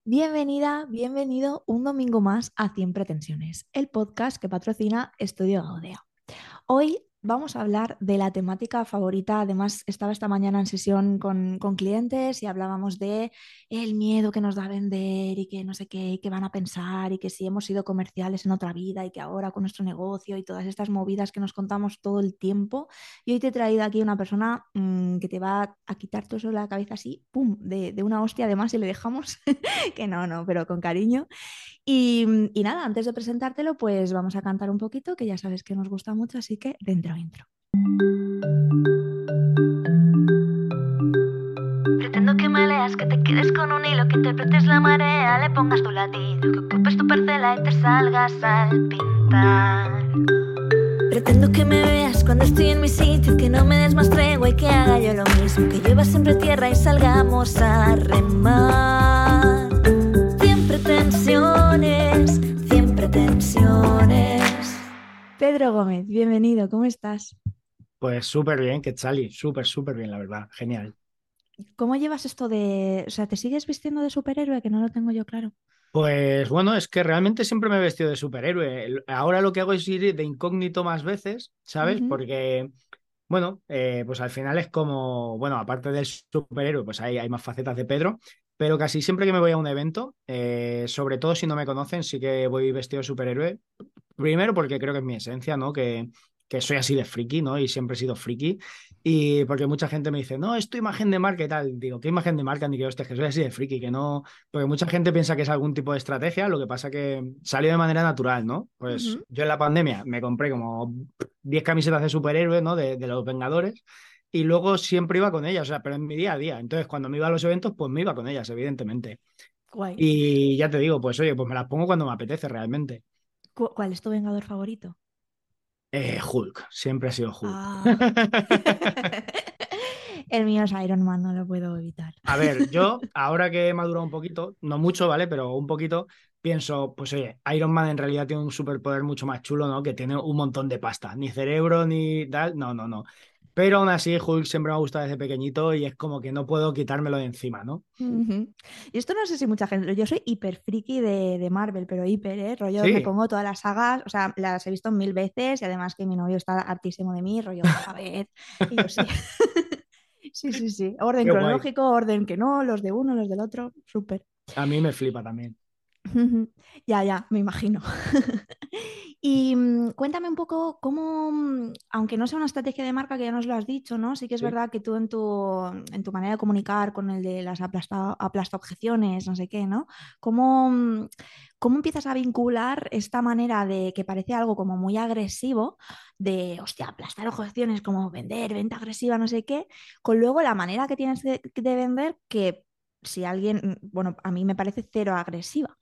Bienvenida, bienvenido un domingo más a 100 Pretensiones, el podcast que patrocina Estudio Gaudea. Hoy vamos a hablar de la temática favorita. Además, estaba esta mañana en sesión con clientes y hablábamos de el miedo que nos da vender y que no sé qué, y que van a pensar y que si hemos sido comerciales en otra vida y que ahora con nuestro negocio y todas estas movidas que nos contamos todo el tiempo. Y hoy te he traído aquí una persona que te va a quitar todo eso de la cabeza así, pum, de una hostia además si le dejamos, que no, pero con cariño. Y nada, antes de presentártelo, pues vamos a cantar un poquito, que ya sabes que nos gusta mucho, así que dentro intro. Pretendo que me leas, que te quedes con un hilo, que interpretes la marea, le pongas tu latido, que ocupes tu parcela y te salgas al pintar. Pretendo que me veas cuando estoy en mi sitio, que no me des más tregua y que haga yo lo mismo, que llueva siempre tierra y salgamos a remar. Siempre tensiones, siempre tensiones. Pedro Gómez, bienvenido, ¿cómo estás? Pues súper bien, Quetzali, súper bien, la verdad, genial. ¿Cómo llevas esto de, o sea, te sigues vistiendo de superhéroe, que no lo tengo yo claro? Pues bueno, es que realmente siempre me he vestido de superhéroe. Ahora lo que hago es ir de incógnito más veces, ¿sabes? Ujú. Porque, bueno, pues al final es como, bueno, aparte del superhéroe, pues hay más facetas de Pedro, pero casi siempre que me voy a un evento, sobre todo si no me conocen, sí que voy vestido de superhéroe. Primero porque creo que es mi esencia, ¿no? Que soy así de friki, ¿no? Y siempre he sido friki. Y porque mucha gente me dice, no, es tu imagen de marca y tal. Digo, ¿qué imagen de marca? Ni que hostia, que soy así de friki, que no. Porque mucha gente piensa que es algún tipo de estrategia, lo que pasa que salió de manera natural, ¿no? Pues Ujú. yo en la pandemia me compré como 10 camisetas de superhéroes, ¿no? De los Vengadores. Y luego siempre iba con ellas, o sea, pero en mi día a día. Entonces, cuando me iba a los eventos, pues me iba con ellas, evidentemente. Guay. Y ya te digo, pues oye, pues me las pongo cuando me apetece realmente. ¿Cuál es tu vengador favorito? Hulk, siempre ha sido Hulk. Ah. El mío es Iron Man, no lo puedo evitar. A ver, yo ahora que he madurado un poquito, no mucho, ¿vale? Pero un poquito, pienso, pues oye, Iron Man en realidad tiene un superpoder mucho más chulo, ¿no? Que tiene un montón de pasta, ni cerebro ni tal, no. Pero aún así, Hulk siempre me ha gustado desde pequeñito y es como que no puedo quitármelo de encima, ¿no? Ujú. Y esto no sé si mucha gente, yo soy hiper friki de Marvel, pero hiper, ¿eh? Rollo, me Sí, pongo todas las sagas, o sea, las he visto mil veces y además que mi novio está hartísimo de mí, rollo, otra vez. Y yo sí, sí, sí, sí. Orden qué guay. cronológico, orden que no, los de uno, los del otro, súper. A mí me flipa también. Ujú. Ya, ya, me imagino. Y cuéntame un poco cómo, aunque no sea una estrategia de marca, que ya nos lo has dicho, ¿no? Sí que es Sí. verdad que tú en tu manera de comunicar con el de las aplasta objeciones, no sé qué, ¿no? ¿Cómo, cómo empiezas a vincular esta manera de que parece algo como muy agresivo, de, hostia, aplastar objeciones, como vender, venta agresiva, no sé qué, con luego la manera que tienes de vender que si alguien, bueno, a mí me parece cero agresiva.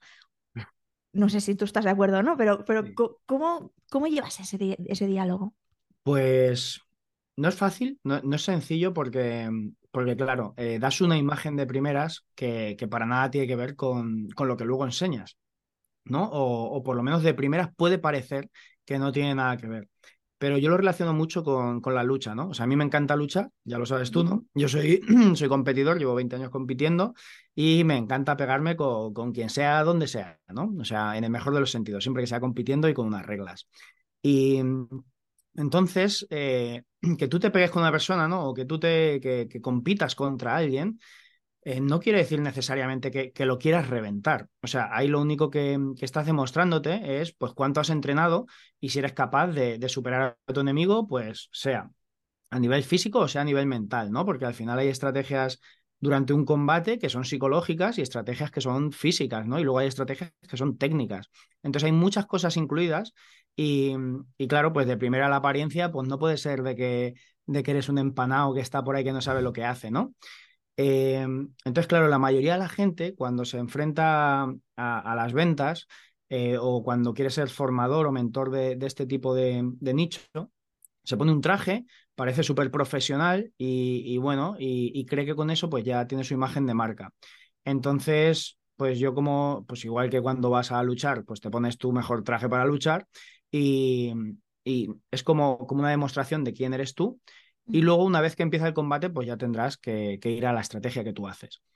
No sé si tú estás de acuerdo o no, pero Sí. ¿cómo llevas ese diálogo? Pues no es fácil, no es sencillo porque claro, das una imagen de primeras que para nada tiene que ver con lo que luego enseñas, ¿no? O por lo menos de primeras puede parecer que no tiene nada que ver. Pero yo lo relaciono mucho con la lucha, ¿no? O sea, a mí me encanta luchar, ya lo sabes tú, Ujú. ¿no? Yo soy, soy competidor, llevo 20 años compitiendo y me encanta pegarme con quien sea, donde sea, ¿no? O sea, en el mejor de los sentidos, siempre que sea compitiendo y con unas reglas. Y entonces, que tú te pegues con una persona, ¿no? O que que compitas contra alguien no quiere decir necesariamente que lo quieras reventar. O sea, ahí lo único que estás demostrándote es pues cuánto has entrenado y si eres capaz de superar a tu enemigo, pues sea a nivel físico o sea a nivel mental, ¿no? Porque al final hay estrategias durante un combate que son psicológicas y estrategias que son físicas, ¿no? Y luego hay estrategias que son técnicas. Entonces hay muchas cosas incluidas y, y claro, pues de primera la apariencia, pues no puede ser de que eres un empanado que está por ahí que no sabe lo que hace, ¿no? Entonces, claro, la mayoría de la gente cuando se enfrenta a las ventas o cuando quiere ser formador o mentor de este tipo de nicho, se pone un traje, parece súper profesional y bueno, y cree que con eso pues ya tiene su imagen de marca. Entonces, pues yo como, pues igual que cuando vas a luchar, pues te pones tu mejor traje para luchar y, y es como una demostración de quién eres tú. Y Ujú. luego, una vez que empieza el combate, pues ya tendrás que ir a la estrategia que tú haces.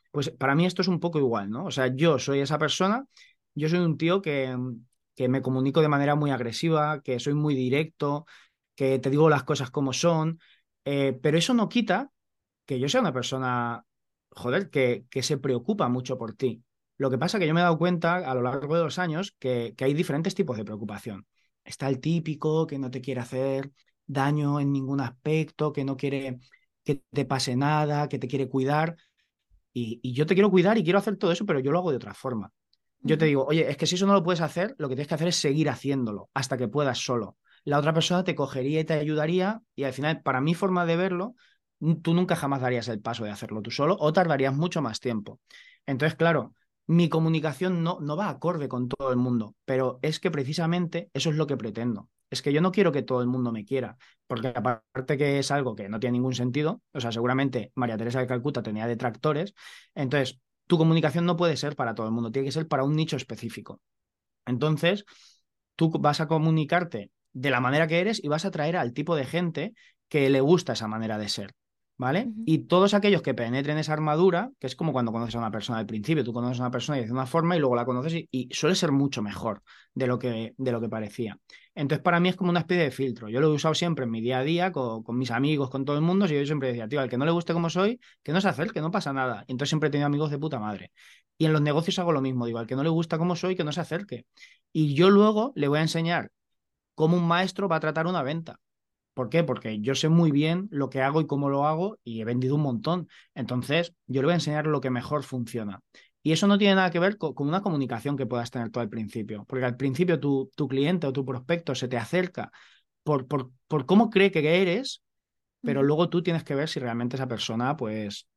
Pues para mí esto es un poco igual, ¿no? O sea, yo soy esa persona, yo soy un tío que me comunico de manera muy agresiva, que soy muy directo, que te digo las cosas como son, pero eso no quita que yo sea una persona, joder, que se preocupa mucho por ti. Lo que pasa es que yo me he dado cuenta a lo largo de los años que hay diferentes tipos de preocupación. Está el típico que no te quiere hacer daño en ningún aspecto, que no quiere que te pase nada, que te quiere cuidar. Y yo te quiero cuidar y quiero hacer todo eso, pero yo lo hago de otra forma. Yo te Ujú, digo, oye, es que si eso no lo puedes hacer, lo que tienes que hacer es seguir haciéndolo hasta que puedas solo. La otra persona te cogería y te ayudaría y al final, para mi forma de verlo, tú nunca jamás darías el paso de hacerlo tú solo o tardarías mucho más tiempo. Entonces, claro, mi comunicación no va acorde con todo el mundo, pero es que precisamente eso es lo que pretendo. Es que yo no quiero que todo el mundo me quiera, porque aparte que es algo que no tiene ningún sentido, o sea, seguramente María Teresa de Calcuta tenía detractores, entonces tu comunicación no puede ser para todo el mundo, tiene que ser para un nicho específico. Entonces, tú vas a comunicarte de la manera que eres y vas a atraer al tipo de gente que le gusta esa manera de ser, ¿vale? ujú. Y todos aquellos que penetren esa armadura, que es como cuando conoces a una persona al principio, tú conoces a una persona y de una forma y luego la conoces y suele ser mucho mejor de lo que parecía. Entonces, para mí es como una especie de filtro. Yo lo he usado siempre en mi día a día con mis amigos, con todo el mundo, y yo siempre decía, tío, al que no le guste como soy, que no se acerque, no pasa nada. Y entonces siempre he tenido amigos de puta madre. Y en los negocios hago lo mismo, digo, al que no le gusta como soy, que no se acerque. Y yo luego le voy a enseñar cómo un maestro va a tratar una venta. ¿Por qué? Porque yo sé muy bien lo que hago y cómo lo hago y he vendido un montón. Entonces, yo le voy a enseñar lo que mejor funciona. Y eso no tiene nada que ver con una comunicación que puedas tener tú al principio. Porque al principio tu cliente o tu prospecto se te acerca por cómo cree que eres, pero Ujú. luego tú tienes que ver si realmente esa persona pues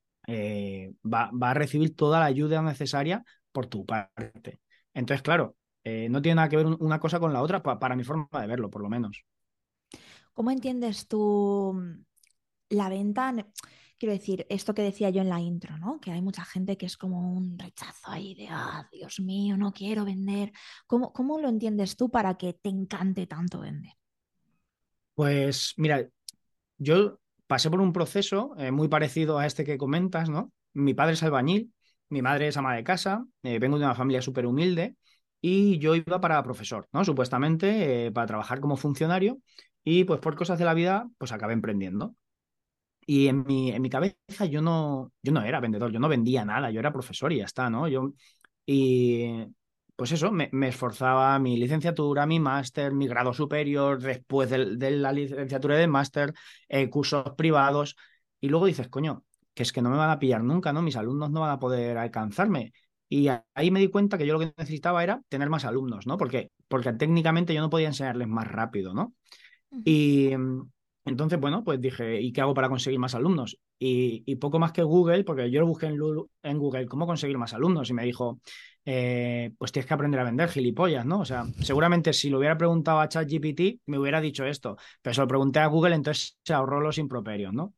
va a recibir toda la ayuda necesaria por tu parte. Entonces, claro, no tiene nada que ver una cosa con la otra para mi forma de verlo, por lo menos. ¿Cómo entiendes tú la venta? Quiero decir, esto que decía yo en la intro, ¿no? Que hay mucha gente que es como un rechazo ahí de, ah, Dios mío, no quiero vender. ¿Cómo lo entiendes tú para que te encante tanto vender? Pues mira, yo pasé por un proceso muy parecido a este que comentas, ¿no? Mi padre es albañil, mi madre es ama de casa, vengo de una familia súper humilde y yo iba para profesor, ¿no? Supuestamente para trabajar como funcionario y pues por cosas de la vida pues acabé emprendiendo. Y en mi cabeza yo no era vendedor, yo no vendía nada, yo era profesor y ya está, ¿no? Y pues eso, me esforzaba mi licenciatura, mi máster, mi grado superior, después de la licenciatura y del máster, cursos privados. Y luego dices, coño, que es que no me van a pillar nunca, ¿no? Mis alumnos no van a poder alcanzarme. Y ahí me di cuenta que yo lo que necesitaba era tener más alumnos, ¿no? Porque técnicamente yo no podía enseñarles más rápido, ¿no? Ujú. Y entonces, bueno, pues dije, ¿y qué hago para conseguir más alumnos? Y poco más que Google, porque yo lo busqué en Google, ¿cómo conseguir más alumnos? Y me dijo, pues tienes que aprender a vender gilipollas, ¿no? O sea, seguramente si lo hubiera preguntado a ChatGPT, me hubiera dicho esto, pero se lo pregunté a Google, entonces se ahorró los improperios, ¿no?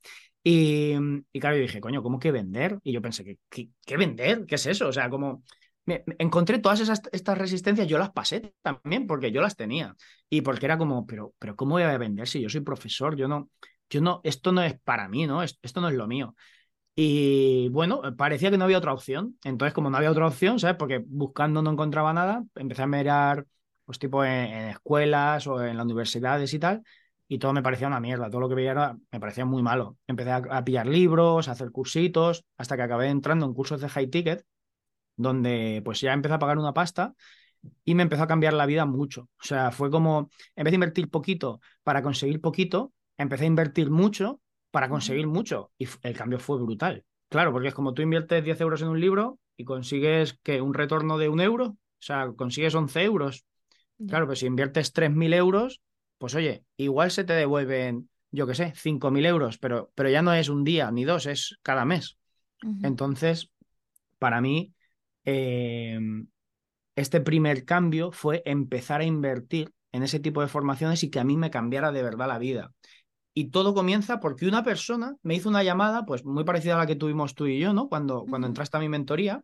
Y claro, yo dije, coño, ¿cómo que vender? Y yo pensé, ¿qué vender? ¿Qué es eso? O sea, como encontré todas estas resistencias, yo las pasé también porque yo las tenía. Y porque era como, pero ¿cómo voy a vender si yo soy profesor? Yo no, esto no es para mí, ¿no? Esto no es lo mío. Y bueno, parecía que no había otra opción. Entonces, como no había otra opción, ¿sabes? Porque buscando no encontraba nada, empecé a mirar, pues tipo en escuelas o en las universidades y tal, y todo me parecía una mierda. Todo lo que veía me parecía muy malo. Empecé a pillar libros, a hacer cursitos, hasta que acabé entrando en cursos de high ticket, donde pues ya empecé a pagar una pasta y me empezó a cambiar la vida mucho. O sea, fue como, en vez de invertir poquito para conseguir poquito, empecé a invertir mucho para Ujú. conseguir mucho. Y el cambio fue brutal. Claro, porque es como tú inviertes 10 euros en un libro y consigues que un retorno de 1 euro, o sea, consigues 11 euros. Ya. Claro, pues si inviertes 3.000 euros, pues oye, igual se te devuelven, yo qué sé, 5.000 euros, pero ya no es un día ni dos, es cada mes. Ujú. Entonces, para mí, eh, este primer cambio fue empezar a invertir en ese tipo de formaciones y que a mí me cambiara de verdad la vida. Y todo comienza porque una persona me hizo una llamada, pues muy parecida a la que tuvimos tú y yo, ¿no? Cuando Ujú. entraste a mi mentoría,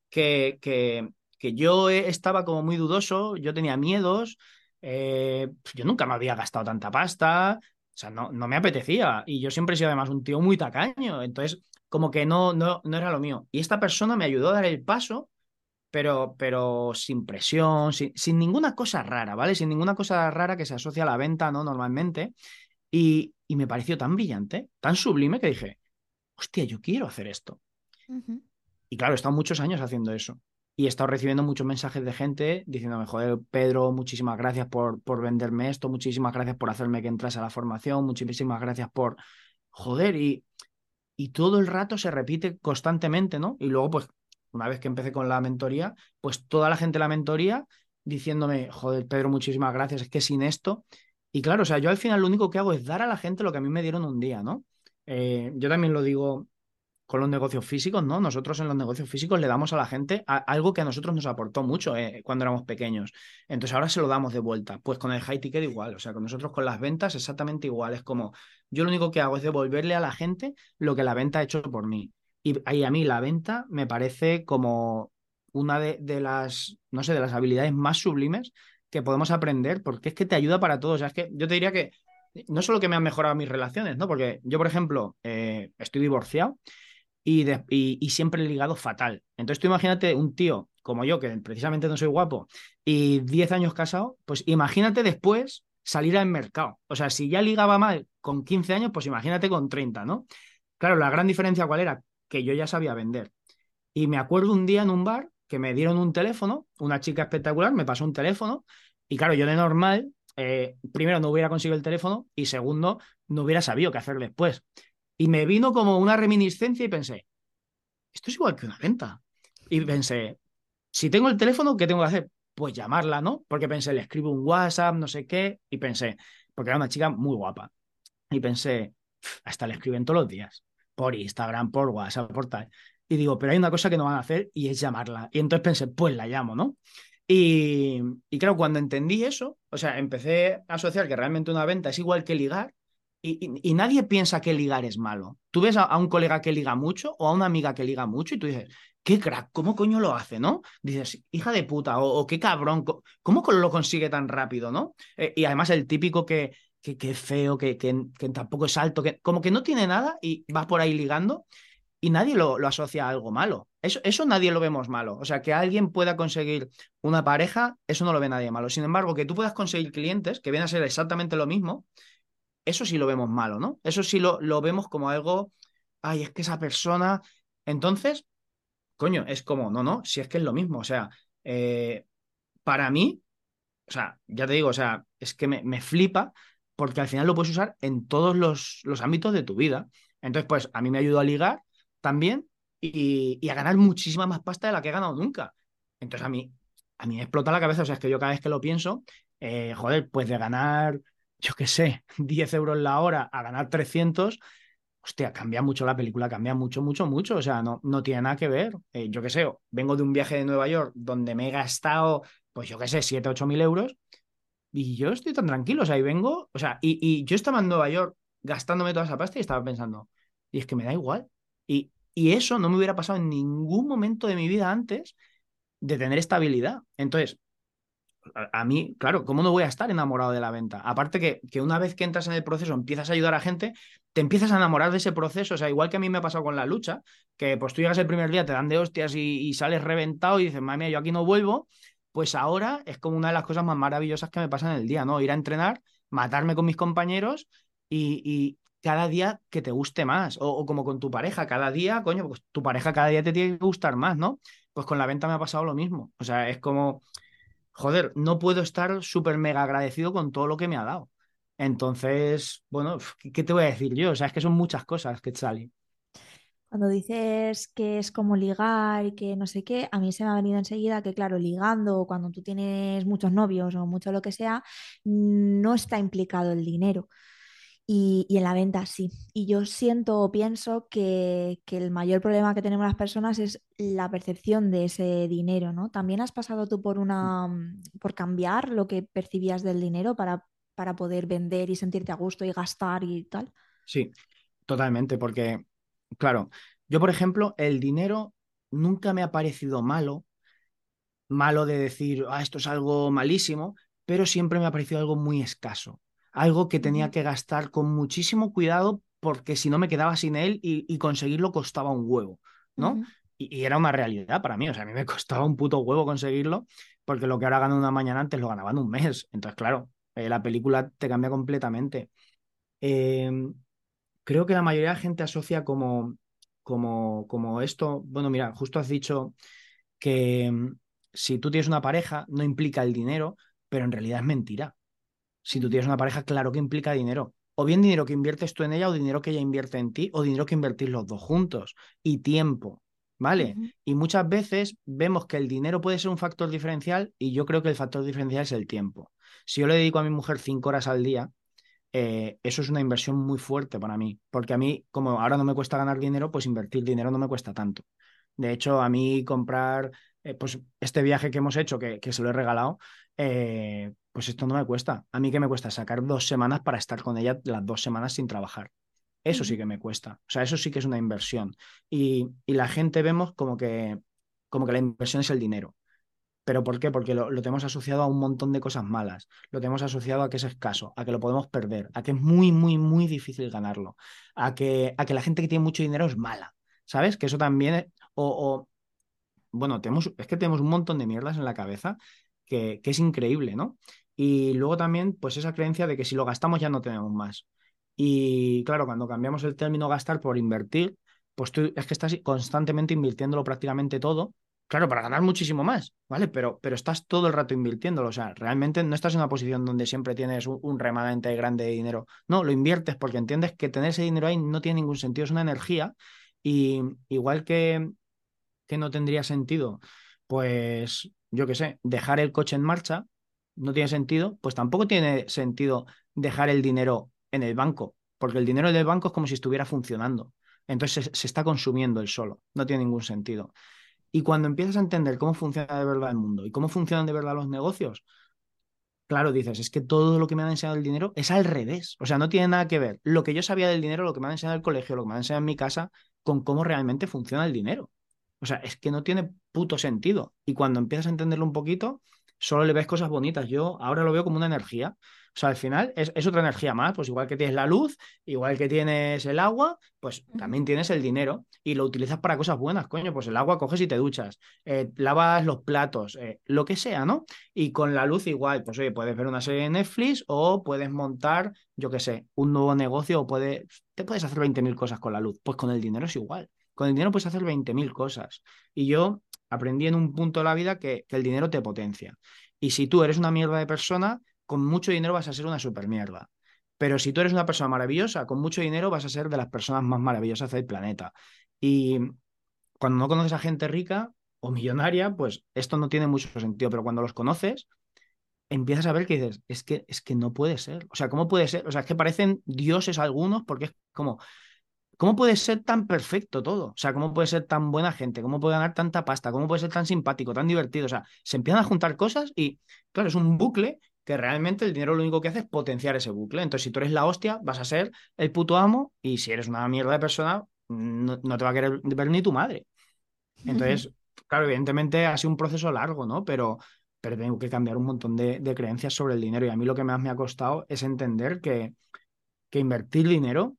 que yo estaba como muy dudoso, yo tenía miedos, yo nunca me había gastado tanta pasta, o sea, no me apetecía. Y yo siempre he sido además un tío muy tacaño. Entonces, como que no era lo mío. Y esta persona me ayudó a dar el paso, pero sin presión, sin ninguna cosa rara, ¿vale? Sin ninguna cosa rara que se asocia a la venta, ¿no? Normalmente. Y me pareció tan brillante, tan sublime que dije, hostia, yo quiero hacer esto. Ujú. Y claro, he estado muchos años haciendo eso. Y he estado recibiendo muchos mensajes de gente diciéndome, joder, Pedro, muchísimas gracias por venderme esto, muchísimas gracias por hacerme que entrase a la formación, muchísimas gracias por, joder, y todo el rato se repite constantemente, ¿no? Y luego, pues, una vez que empecé con la mentoría, pues toda la gente de la mentoría diciéndome, joder, Pedro, muchísimas gracias, es que sin esto... Y claro, o sea, yo al final lo único que hago es dar a la gente lo que a mí me dieron un día, ¿no? Yo también lo digo con los negocios físicos, ¿no? Nosotros en los negocios físicos le damos a la gente algo que a nosotros nos aportó mucho cuando éramos pequeños. Entonces ahora se lo damos de vuelta. Pues con el high ticket igual, o sea, con nosotros con las ventas exactamente igual. Es como, yo lo único que hago es devolverle a la gente lo que la venta ha hecho por mí. Y a mí la venta me parece como una de las, no sé, de las habilidades más sublimes que podemos aprender, porque es que te ayuda para todo. O sea, es que yo te diría que no solo que me han mejorado mis relaciones, ¿no? Porque yo, por ejemplo, estoy divorciado y siempre he ligado fatal. Entonces tú imagínate un tío como yo, que precisamente no soy guapo, y 10 años casado, pues imagínate después salir al mercado. O sea, si ya ligaba mal con 15 años, pues imagínate con 30, ¿no? Claro, la gran diferencia cuál era, que yo ya sabía vender. Y me acuerdo un día en un bar que me dieron un teléfono, una chica espectacular me pasó un teléfono, y claro, yo de normal, primero no hubiera conseguido el teléfono y segundo, no hubiera sabido qué hacer después. Y me vino como una reminiscencia y pensé, esto es igual que una venta. Y pensé, si tengo el teléfono, ¿qué tengo que hacer? Pues llamarla, ¿no? Porque pensé, le escribo un WhatsApp, no sé qué, y pensé, porque era una chica muy guapa. Y pensé, hasta le escriben todos los días, por Instagram, por WhatsApp, por tal. Y digo, pero hay una cosa que no van a hacer y es llamarla. Y entonces pensé, pues la llamo, ¿no? Y, y claro, cuando entendí eso, o sea, empecé a asociar que realmente una venta es igual que ligar y nadie piensa que ligar es malo. Tú ves a un colega que liga mucho o a una amiga que liga mucho y tú dices, qué crack, ¿cómo coño lo hace, no? Dices, hija de puta, o qué cabrón, ¿cómo lo consigue tan rápido, no? Y además el típico que es feo, que tampoco es alto, que como que no tiene nada y va por ahí ligando y nadie lo asocia a algo malo. Eso nadie lo vemos malo. O sea, que alguien pueda conseguir una pareja, eso no lo ve nadie malo. Sin embargo, que tú puedas conseguir clientes, que vienen a ser exactamente lo mismo, eso sí lo vemos malo, ¿no? Eso sí lo vemos como algo, ay, es que esa persona... Entonces, coño, es como, no, si es que es lo mismo. O sea, eh, para mí, o sea, ya te digo, o sea, es que me flipa porque al final lo puedes usar en todos los ámbitos de tu vida. Entonces, pues a mí me ayudó a ligar también y a ganar muchísima más pasta de la que he ganado nunca. Entonces, a mí me explota la cabeza. O sea, es que yo cada vez que lo pienso, joder, pues de ganar, yo qué sé, 10 euros la hora a ganar 300, hostia, cambia mucho la película, cambia mucho, mucho, mucho. O sea, no tiene nada que ver. Yo qué sé, vengo de un viaje de Nueva York donde me he gastado, pues yo qué sé, 7 8 mil euros y yo estoy tan tranquilo, o sea, y vengo, o sea, y yo estaba en Nueva York gastándome toda esa pasta y estaba pensando, y es que me da igual. Y eso no me hubiera pasado en ningún momento de mi vida antes de tener estabilidad. Entonces, a mí, claro, ¿cómo no voy a estar enamorado de la venta? Aparte que una vez que entras en el proceso, empiezas a ayudar a gente, te empiezas a enamorar de ese proceso. O sea, igual que a mí me ha pasado con la lucha, que pues tú llegas el primer día, te dan de hostias y sales reventado y dices, madre mía, yo aquí no vuelvo. Pues ahora es como una de las cosas más maravillosas que me pasan en el día, ¿no? Ir a entrenar, matarme con mis compañeros y cada día que te guste más. O como con tu pareja, cada día, coño, pues tu pareja cada día te tiene que gustar más, ¿no? Pues con la venta me ha pasado lo mismo. O sea, es como joder, no puedo estar súper mega agradecido con todo lo que me ha dado. Entonces, bueno, ¿qué te voy a decir yo? O sea, es que son muchas cosas que salen. Cuando dices que es como ligar y que no sé qué, a mí se me ha venido enseguida que, claro, ligando, cuando tú tienes muchos novios o mucho lo que sea, no está implicado el dinero. Y en la venta sí. Y yo siento o pienso que el mayor problema que tenemos las personas es la percepción de ese dinero, ¿no? ¿También has pasado tú por por cambiar lo que percibías del dinero para poder vender y sentirte a gusto y gastar y tal? Sí, totalmente, porque, claro, yo, por ejemplo, el dinero nunca me ha parecido malo, malo de decir, esto es algo malísimo, pero siempre me ha parecido algo muy escaso, algo que tenía Ujú. que gastar con muchísimo cuidado porque si no me quedaba sin él y conseguirlo costaba un huevo, ¿no? Ujú, Y era una realidad para mí, o sea, a mí me costaba un puto huevo conseguirlo, porque lo que ahora gano una mañana antes lo ganaba en un mes. Entonces, claro, la película te cambia completamente. Eh, Creo que la mayoría de la gente asocia como esto, bueno, mira, justo has dicho que si tú tienes una pareja no implica el dinero, pero en realidad es mentira. Si tú ujú, tienes una pareja, claro que implica dinero. O bien dinero que inviertes tú en ella, o dinero que ella invierte en ti, o dinero que invertís los dos juntos. Y tiempo, ¿vale? ujú, Y muchas veces vemos que el dinero puede ser un factor diferencial y yo creo que el factor diferencial es el tiempo. Si yo le dedico a mi mujer 5 horas al día, eso es una inversión muy fuerte para mí, porque a mí, como ahora no me cuesta ganar dinero, pues invertir dinero no me cuesta tanto. De hecho, a mí comprar, pues este viaje que hemos hecho, que se lo he regalado, pues esto no me cuesta. A mí que me cuesta sacar 2 semanas para estar con ella las 2 semanas sin trabajar. Eso sí ujú, que me cuesta. O sea, eso sí que es una inversión. Y la gente vemos como que la inversión es el dinero. ¿Pero por qué? Porque lo tenemos asociado a un montón de cosas malas. Lo tenemos asociado a que es escaso, a que lo podemos perder, a que es muy, muy, muy difícil ganarlo, a que la gente que tiene mucho dinero es mala. ¿Sabes? Que eso también, bueno, es que tenemos un montón de mierdas en la cabeza que es increíble, ¿no? Y luego también, pues esa creencia de que si lo gastamos ya no tenemos más. Y claro, cuando cambiamos el término gastar por invertir, pues tú es que estás constantemente invirtiéndolo prácticamente todo, claro, para ganar muchísimo más, ¿vale? Pero estás todo el rato invirtiéndolo, o sea, realmente no estás en una posición donde siempre tienes un remanente grande de dinero. No, lo inviertes porque entiendes que tener ese dinero ahí no tiene ningún sentido, es una energía. Y igual que no tendría sentido, pues yo qué sé, dejar el coche en marcha no tiene sentido, pues tampoco tiene sentido dejar el dinero en el banco, porque el dinero del banco es como si estuviera funcionando. Entonces se está consumiendo el solo, no tiene ningún sentido. Y cuando empiezas a entender cómo funciona de verdad el mundo y cómo funcionan de verdad los negocios, claro, dices, es que todo lo que me han enseñado el dinero es al revés. O sea, no tiene nada que ver lo que yo sabía del dinero, lo que me han enseñado en el colegio, lo que me han enseñado en mi casa, con cómo realmente funciona el dinero. O sea, es que no tiene puto sentido. Y cuando empiezas a entenderlo un poquito, solo le ves cosas bonitas. Yo ahora lo veo como una energía. O sea, al final es otra energía más. Pues igual que tienes la luz, igual que tienes el agua, pues ujú, también tienes el dinero y lo utilizas para cosas buenas, coño. Pues el agua coges y te duchas, lavas los platos, lo que sea, ¿no? Y con la luz igual, pues oye, puedes ver una serie de Netflix o puedes montar, yo qué sé, un nuevo negocio o te puedes hacer 20.000 cosas con la luz. Pues con el dinero es igual. Con el dinero puedes hacer 20.000 cosas. Y yo aprendí en un punto de la vida que el dinero te potencia. Y si tú eres una mierda de persona, con mucho dinero vas a ser una super mierda. Pero si tú eres una persona maravillosa, con mucho dinero vas a ser de las personas más maravillosas del planeta. Y cuando no conoces a gente rica o millonaria, pues esto no tiene mucho sentido. Pero cuando los conoces, empiezas a ver que dices, es que no puede ser. O sea, ¿cómo puede ser? O sea, es que parecen dioses algunos porque es como, ¿cómo puede ser tan perfecto todo? O sea, ¿cómo puede ser tan buena gente? ¿Cómo puede ganar tanta pasta? ¿Cómo puede ser tan simpático, tan divertido? O sea, se empiezan a juntar cosas y, claro, es un bucle que realmente el dinero lo único que hace es potenciar ese bucle. Entonces, si tú eres la hostia, vas a ser el puto amo y si eres una mierda de persona, no te va a querer ver ni tu madre. ujú. Entonces, claro, evidentemente ha sido un proceso largo, ¿no? Pero tengo que cambiar un montón de creencias sobre el dinero y a mí lo que más me ha costado es entender que invertir dinero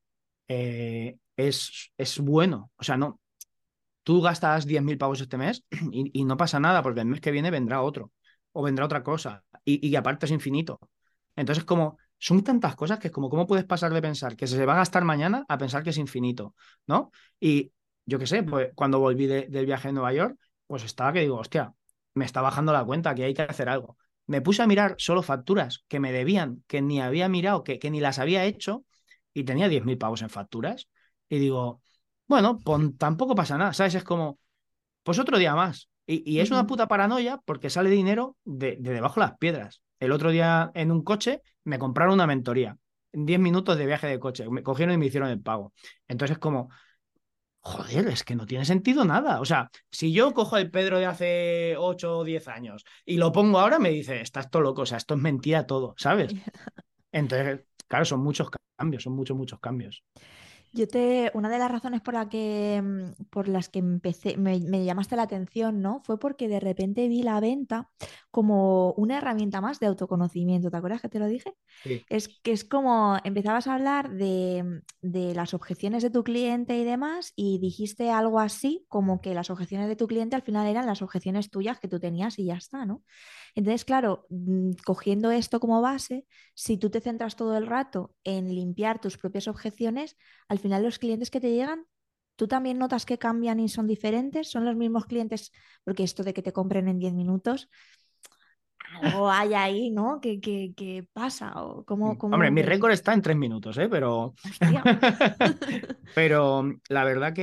es bueno. O sea, no, tú gastas 10.000 pavos este mes y no pasa nada porque el mes que viene vendrá otro o vendrá otra cosa y aparte es infinito. Entonces, como son tantas cosas que es como, ¿cómo puedes pasar de pensar que se va a gastar mañana a pensar que es infinito? ¿No? Y yo qué sé, pues cuando volví del viaje de Nueva York, pues estaba que digo, hostia, me está bajando la cuenta, que hay que hacer algo. Me puse a mirar solo facturas que me debían, que ni había mirado, que ni las había hecho y tenía 10.000 pavos en facturas. Y digo, bueno, pues tampoco pasa nada, ¿sabes? Es como, pues otro día más. Y es una Ujú. puta paranoia porque sale dinero de debajo de las piedras. El otro día en un coche me compraron una mentoría. En 10 minutos de viaje de coche. Me cogieron y me hicieron el pago. Entonces es como, joder, es que no tiene sentido nada. O sea, si yo cojo el Pedro de hace 8 o 10 años y lo pongo ahora, me dice, estás todo loco. O sea, esto es mentira todo, ¿sabes? Entonces, claro, son muchos cambios, son muchos, muchos cambios. Una de las razones por las que me llamaste la atención, ¿no? Fue porque de repente vi la venta como una herramienta más de autoconocimiento. ¿Te acuerdas que te lo dije? Sí. Es que es como empezabas a hablar de las objeciones de tu cliente y demás, y dijiste algo así como que las objeciones de tu cliente al final eran las objeciones tuyas que tú tenías y ya está, ¿no? Entonces, claro, cogiendo esto como base, si tú te centras todo el rato en limpiar tus propias objeciones, al final los clientes que te llegan, tú también notas que cambian y son diferentes, son los mismos clientes, porque esto de que te compren en 10 minutos, algo hay ahí, ¿no? ¿Qué pasa? ¿O Hombre, cómo mi ves? récord está en 3 minutos, ¿eh? Pero... Hostia. Pero la verdad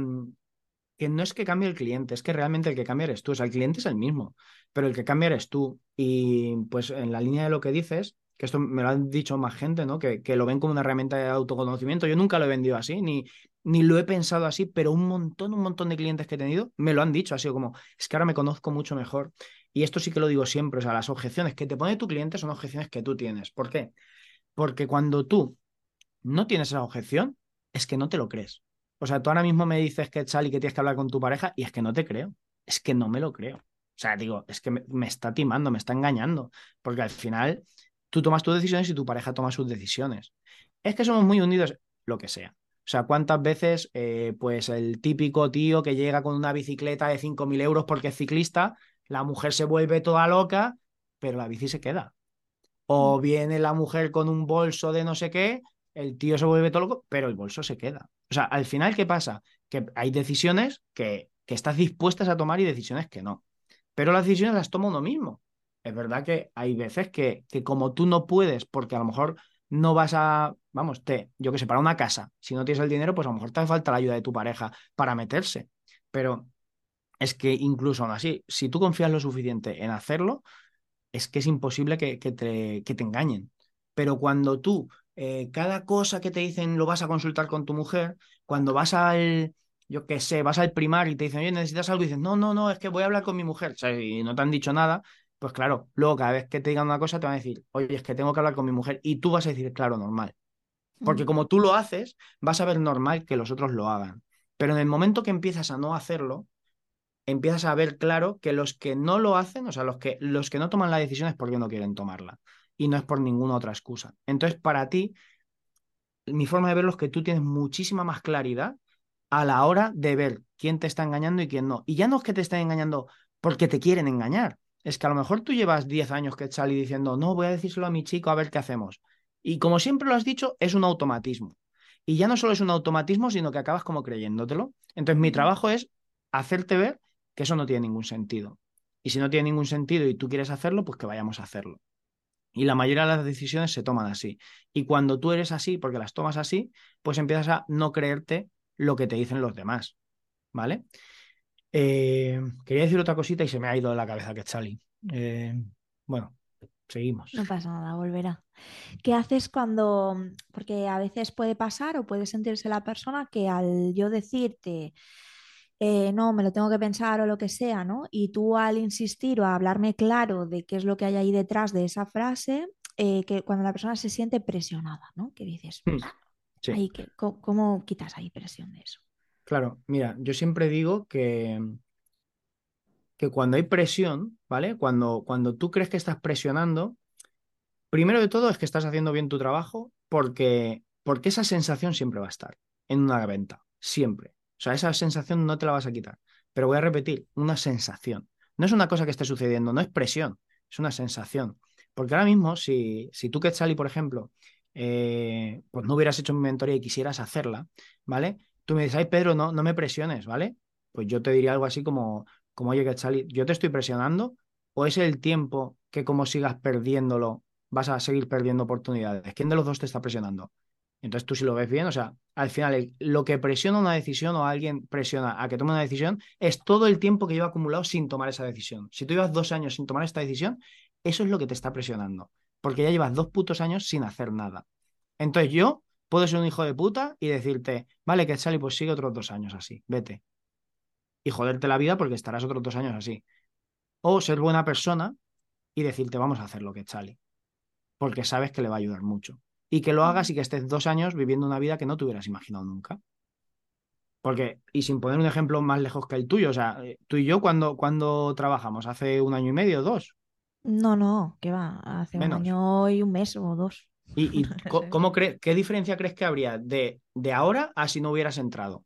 que no es que cambie el cliente, es que realmente el que cambia eres tú. O sea, el cliente es el mismo, pero el que cambia eres tú. Y pues en la línea de lo que dices, que esto me lo han dicho más gente, ¿no? Que lo ven como una herramienta de autoconocimiento. Yo nunca lo he vendido así, ni lo he pensado así, pero un montón de clientes que he tenido me lo han dicho. Ha sido como, es que ahora me conozco mucho mejor. Y esto sí que lo digo siempre. O sea, las objeciones que te pone tu cliente son objeciones que tú tienes. ¿Por qué? Porque cuando tú no tienes esa objeción, es que no te lo crees. O sea, tú ahora mismo me dices que sal y que tienes que hablar con tu pareja y es que no te creo. Es que no me lo creo. O sea, digo, es que me está timando, me está engañando. Porque al final tú tomas tus decisiones y tu pareja toma sus decisiones. Es que somos muy unidos, lo que sea. O sea, ¿cuántas veces, pues el típico tío que llega con una bicicleta de 5.000 euros porque es ciclista, la mujer se vuelve toda loca, pero la bici se queda? Mm, O viene la mujer con un bolso de no sé qué, el tío se vuelve todo loco, pero el bolso se queda. O sea, al final, ¿qué pasa? Que hay decisiones que estás dispuestas a tomar y decisiones que no. Pero las decisiones las toma uno mismo. Es verdad que hay veces que como tú no puedes, porque a lo mejor no vas a, vamos, yo que sé, para una casa, si no tienes el dinero, pues a lo mejor te hace falta la ayuda de tu pareja para meterse. Pero es que incluso aún así, si tú confías lo suficiente en hacerlo, es que es imposible que te engañen. Pero cuando tú, cada cosa que te dicen lo vas a consultar con tu mujer, cuando vas yo qué sé, vas al primario y te dicen, oye, necesitas algo, y dices, no, no, no, es que voy a hablar con mi mujer, o sea, y no te han dicho nada, pues claro, luego cada vez que te digan una cosa te van a decir, oye, es que tengo que hablar con mi mujer, y tú vas a decir, claro, normal. mm, Porque como tú lo haces, vas a ver normal que los otros lo hagan. Pero en el momento que empiezas a no hacerlo, empiezas a ver claro que los que no lo hacen, o sea, los que no toman la decisión es porque no quieren tomarla y no es por ninguna otra excusa. Entonces, para ti, mi forma de verlo es que tú tienes muchísima más claridad a la hora de ver quién te está engañando y quién no. Y ya no es que te estén engañando porque te quieren engañar. Es que a lo mejor tú llevas 10 años que salí diciendo, no, voy a decírselo a mi chico a ver qué hacemos. Y como siempre lo has dicho, es un automatismo. Y ya no solo es un automatismo, sino que acabas como creyéndotelo. Entonces mi mm. trabajo es hacerte ver que eso no tiene ningún sentido. Y si no tiene ningún sentido y tú quieres hacerlo, pues que vayamos a hacerlo. Y la mayoría de las decisiones se toman así. Y cuando tú eres así, porque las tomas así, pues empiezas a no creerte lo que te dicen los demás, ¿vale? Quería decir otra cosita y se me ha ido de la cabeza que es Charlie. Bueno, seguimos. No pasa nada, volverá. ¿Qué haces porque a veces puede pasar o puede sentirse la persona que al yo decirte, no, me lo tengo que pensar o lo que sea, ¿no? Y tú al insistir o a hablarme claro de qué es lo que hay ahí detrás de esa frase, que cuando la persona se siente presionada, ¿no? Que dices, Sí, ahí que, ¿cómo quitas ahí presión de eso? claro. Mira, yo siempre digo que cuando hay presión, ¿vale? Cuando tú crees que estás presionando, primero de todo es que estás haciendo bien tu trabajo porque esa sensación siempre va a estar en una venta, siempre. O sea, esa sensación no te la vas a quitar. Pero voy a repetir, una sensación. No es una cosa que esté sucediendo, no es presión, es una sensación. Porque ahora mismo, si tú, Quetzali, por ejemplo, pues no hubieras hecho mi mentoría y quisieras hacerla, ¿vale? Tú me dices, ay, Pedro, no, no me presiones, ¿vale? Pues yo te diría algo así como oye, Quetzali, ¿yo te estoy presionando? ¿O es el tiempo que como sigas perdiéndolo vas a seguir perdiendo oportunidades? ¿Quién de los dos te está presionando? Entonces tú si lo ves bien, o sea, al final lo que presiona una decisión o alguien presiona a que tome una decisión es todo el tiempo que lleva acumulado sin tomar esa decisión. Si tú llevas 2 años sin tomar esta decisión, eso es lo que te está presionando, porque ya llevas 2 putos años sin hacer nada. Entonces yo puedo ser un hijo de puta y decirte, vale, que Sally, pues sigue otros 2 años así, vete. Y joderte la vida porque estarás otros 2 años así. O ser buena persona y decirte, vamos a hacer lo que Sally porque sabes que le va a ayudar mucho. y que lo hagas Ujú. y que estés 2 años viviendo una vida que no te hubieras imaginado nunca. Porque, y sin poner un ejemplo más lejos que el tuyo, o sea, tú y yo cuando trabajamos, hace 1 año y medio, 2, No, no, ¿qué va? Hace un menos. año y un mes o dos. No sé. ¿Qué diferencia crees que habría de ahora a si no hubieras entrado?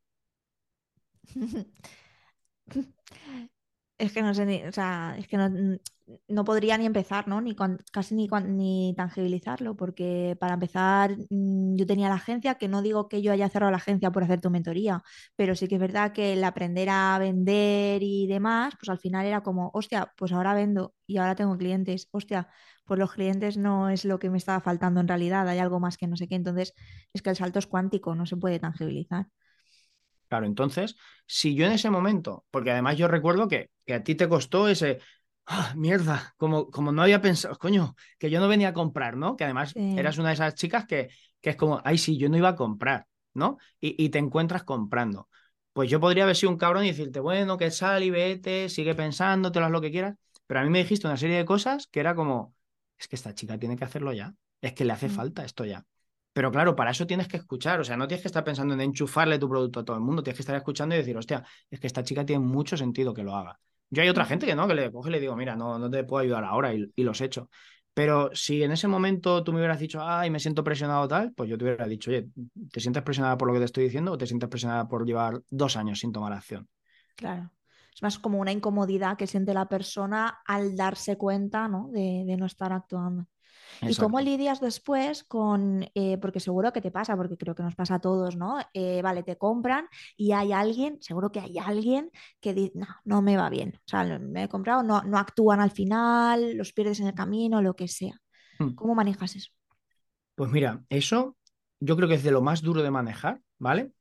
Es que no sé ni, o sea, es que no podría ni empezar, ¿no? Casi ni tangibilizarlo, porque para empezar, yo tenía la agencia, que no digo que yo haya cerrado la agencia por hacer tu mentoría, pero sí que es verdad que el aprender a vender y demás, pues al final era como, hostia, pues ahora vendo y ahora tengo clientes, hostia, pues los clientes no es lo que me estaba faltando en realidad, hay algo más que no sé qué, entonces es que el salto es cuántico, no se puede tangibilizar. Claro, entonces, si yo en ese momento, porque además yo recuerdo que a ti te costó ese, mierda, como no había pensado, coño, que yo no venía a comprar, ¿no? Que además Sí. eras una de esas chicas que es como, ay, sí, yo no iba a comprar, ¿no? Y te encuentras comprando. Pues yo podría haber sido un cabrón y decirte, bueno, que sal y vete, sigue pensándotelo, haz lo que quieras, pero a mí me dijiste una serie de cosas que era como, es que esta chica tiene que hacerlo ya, es que le hace Mm. falta esto ya. Pero claro, para eso tienes que escuchar, o sea, no tienes que estar pensando en enchufarle tu producto a todo el mundo, tienes que estar escuchando y decir, hostia, es que esta chica tiene mucho sentido que lo haga. Yo hay otra Ujú. gente que no, que le coge y le digo, mira, no te puedo ayudar ahora y los he hecho. Pero si en ese momento tú me hubieras dicho, ay, me siento presionado tal, pues yo te hubiera dicho, oye, ¿te sientes presionada por lo que te estoy diciendo o te sientes presionada por llevar 2 años sin tomar acción? Claro. Es más como una incomodidad que siente la persona al darse cuenta, ¿no? de no estar actuando. ¿Y cómo Exacto. lidias después con, porque seguro que te pasa, porque creo que nos pasa a todos, ¿no? Vale, te compran y hay alguien, seguro que hay alguien que dice, no, no me va bien. O sea, me he comprado, no actúan al final, los pierdes en el camino, lo que sea. Hmm. ¿Cómo manejas eso? Pues mira, eso yo creo que es de lo más duro de manejar, ¿vale?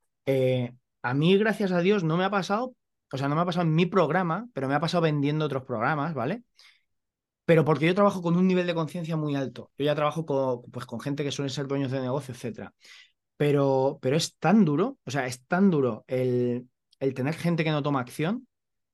A mí, gracias a Dios, no me ha pasado, o sea, no me ha pasado en mi programa, pero me ha pasado vendiendo otros programas, ¿vale? Pero porque yo trabajo con un nivel de conciencia muy alto. Yo ya trabajo pues, con gente que suelen ser dueños de negocio, etcétera. Pero es tan duro, o sea, es tan duro el tener gente que no toma acción,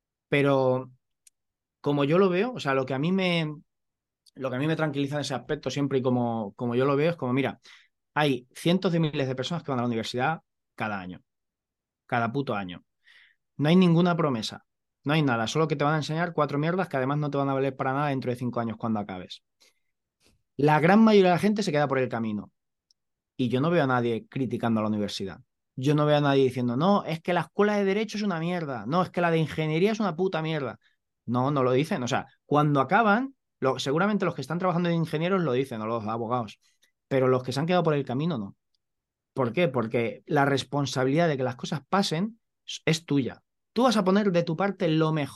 pero como yo lo veo, o sea, lo que a mí me tranquiliza en ese aspecto siempre y como yo lo veo es como, mira, hay cientos de miles de personas que van a la universidad cada año, cada puto año. No hay ninguna promesa, no hay nada, solo que te van a enseñar 4 mierdas que además no te van a valer para nada dentro de 5 años cuando acabes. La gran mayoría de la gente se queda por el camino y yo no veo a nadie criticando a la universidad. Yo no veo a nadie diciendo, no, es que la escuela de derecho es una mierda, no, es que la de ingeniería es una puta mierda. No, no lo dicen. O sea, cuando acaban, seguramente los que están trabajando de ingenieros lo dicen, o los abogados, pero los que se han quedado por el camino no. ¿Por qué? Porque la responsabilidad de que las cosas pasen es tuya. Tú vas a poner de tu parte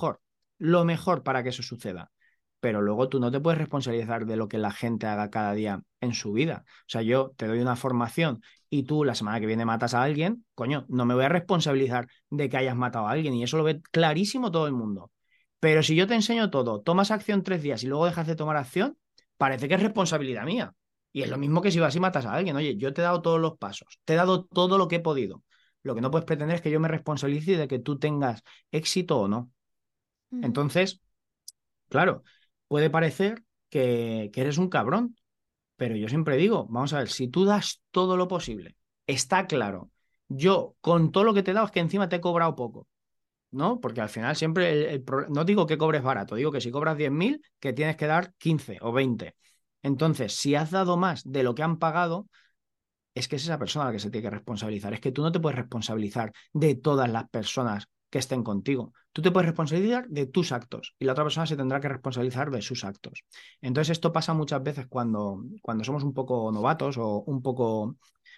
lo mejor para que eso suceda. Pero luego tú no te puedes responsabilizar de lo que la gente haga cada día en su vida. O sea, yo te doy una formación y tú la semana que viene matas a alguien, coño, no me voy a responsabilizar de que hayas matado a alguien y eso lo ve clarísimo todo el mundo. Pero si yo te enseño todo, tomas acción 3 días y luego dejas de tomar acción, parece que es responsabilidad mía. Y es lo mismo que si vas y matas a alguien. Oye, yo te he dado todos los pasos, te he dado todo lo que he podido. Lo que no puedes pretender es que yo me responsabilice de que tú tengas éxito o no. Ujú. Entonces, claro, puede parecer que eres un cabrón, pero yo siempre digo, vamos a ver, si tú das todo lo posible, está claro. Yo, con todo lo que te he dado, es que encima te he cobrado poco, ¿no? Porque al final siempre, no digo que cobres barato, digo que si cobras 10.000, que tienes que dar 15 o 20. Entonces, si has dado más de lo que han pagado, es que es esa persona la que se tiene que responsabilizar. Es que tú no te puedes responsabilizar de todas las personas que estén contigo. Tú te puedes responsabilizar de tus actos y la otra persona se tendrá que responsabilizar de sus actos. Entonces esto pasa muchas veces cuando somos un poco novatos o un poco,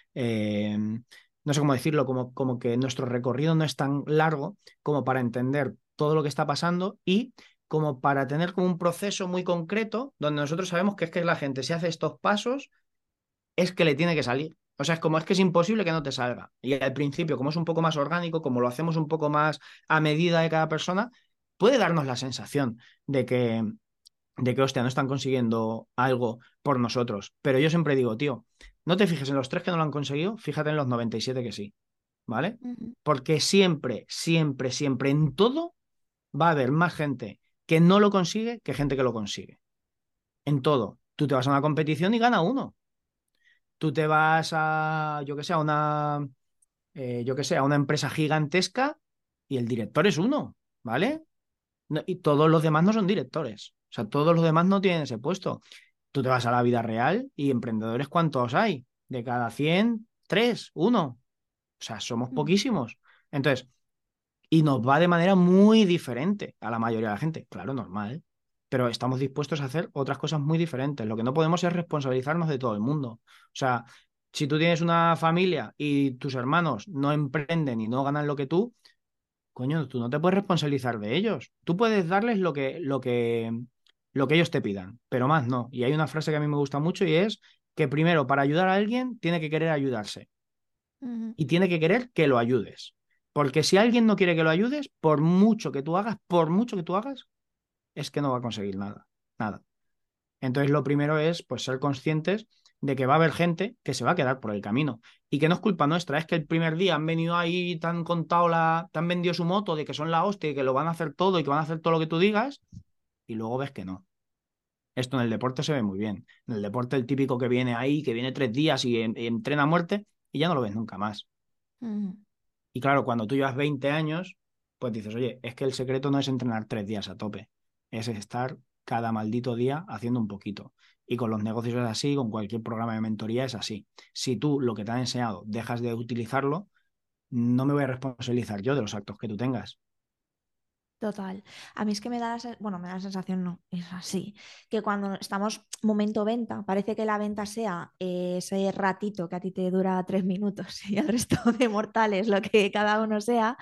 no sé cómo decirlo, como que nuestro recorrido no es tan largo como para entender todo lo que está pasando y como para tener como un proceso muy concreto donde nosotros sabemos que es que la gente si hace estos pasos es que le tiene que salir. O sea, es que es imposible que no te salga. Y al principio, como es un poco más orgánico, como lo hacemos un poco más a medida de cada persona, puede darnos la sensación de que, hostia, no están consiguiendo algo por nosotros. Pero yo siempre digo, tío, no te fijes en los 3 que no lo han conseguido, fíjate en los 97 que sí, ¿vale? Ujú. Porque siempre, siempre, siempre, en todo va a haber más gente que no lo consigue que gente que lo consigue. En todo. Tú te vas a una competición y gana uno. Tú te vas a, yo que sé, yo que sé, a una empresa gigantesca y el director es uno, ¿vale? Y todos los demás no son directores. O sea, todos los demás no tienen ese puesto. Tú te vas a la vida real y emprendedores, ¿cuántos hay? De cada 100 3, uno. O sea, somos Mm, poquísimos. Entonces, y nos va de manera muy diferente a la mayoría de la gente. Claro, normal. Pero estamos dispuestos a hacer otras cosas muy diferentes. Lo que no podemos es responsabilizarnos de todo el mundo. O sea, si tú tienes una familia y tus hermanos no emprenden y no ganan lo que tú, coño, tú no te puedes responsabilizar de ellos. Tú puedes darles lo que ellos te pidan, pero más no. Y hay una frase que a mí me gusta mucho y es que primero, para ayudar a alguien, tiene que querer ayudarse ujú, y tiene que querer que lo ayudes. Porque si alguien no quiere que lo ayudes, por mucho que tú hagas, es que no va a conseguir nada, nada. Entonces lo primero es pues ser conscientes de que va a haber gente que se va a quedar por el camino y que no es culpa nuestra, es que el primer día han venido ahí, te han vendido su moto de que son la hostia y que lo van a hacer todo y que van a hacer todo lo que tú digas y luego ves que no. Esto en el deporte se ve muy bien. En el deporte el típico que viene ahí, que viene 3 días y entrena a muerte y ya no lo ves nunca más. ujú. Y claro, cuando tú llevas 20 años, pues dices, oye, es que el secreto no es entrenar 3 días a tope, es estar cada maldito día haciendo un poquito. Y con los negocios es así, con cualquier programa de mentoría es así. Si tú lo que te han enseñado dejas de utilizarlo, no me voy a responsabilizar yo de los actos que tú tengas. Total. A mí es que me da bueno, me da la sensación, no, es así, que cuando estamos momento venta, parece que la venta sea ese ratito que a ti te dura 3 minutos y el resto de mortales, lo que cada uno sea,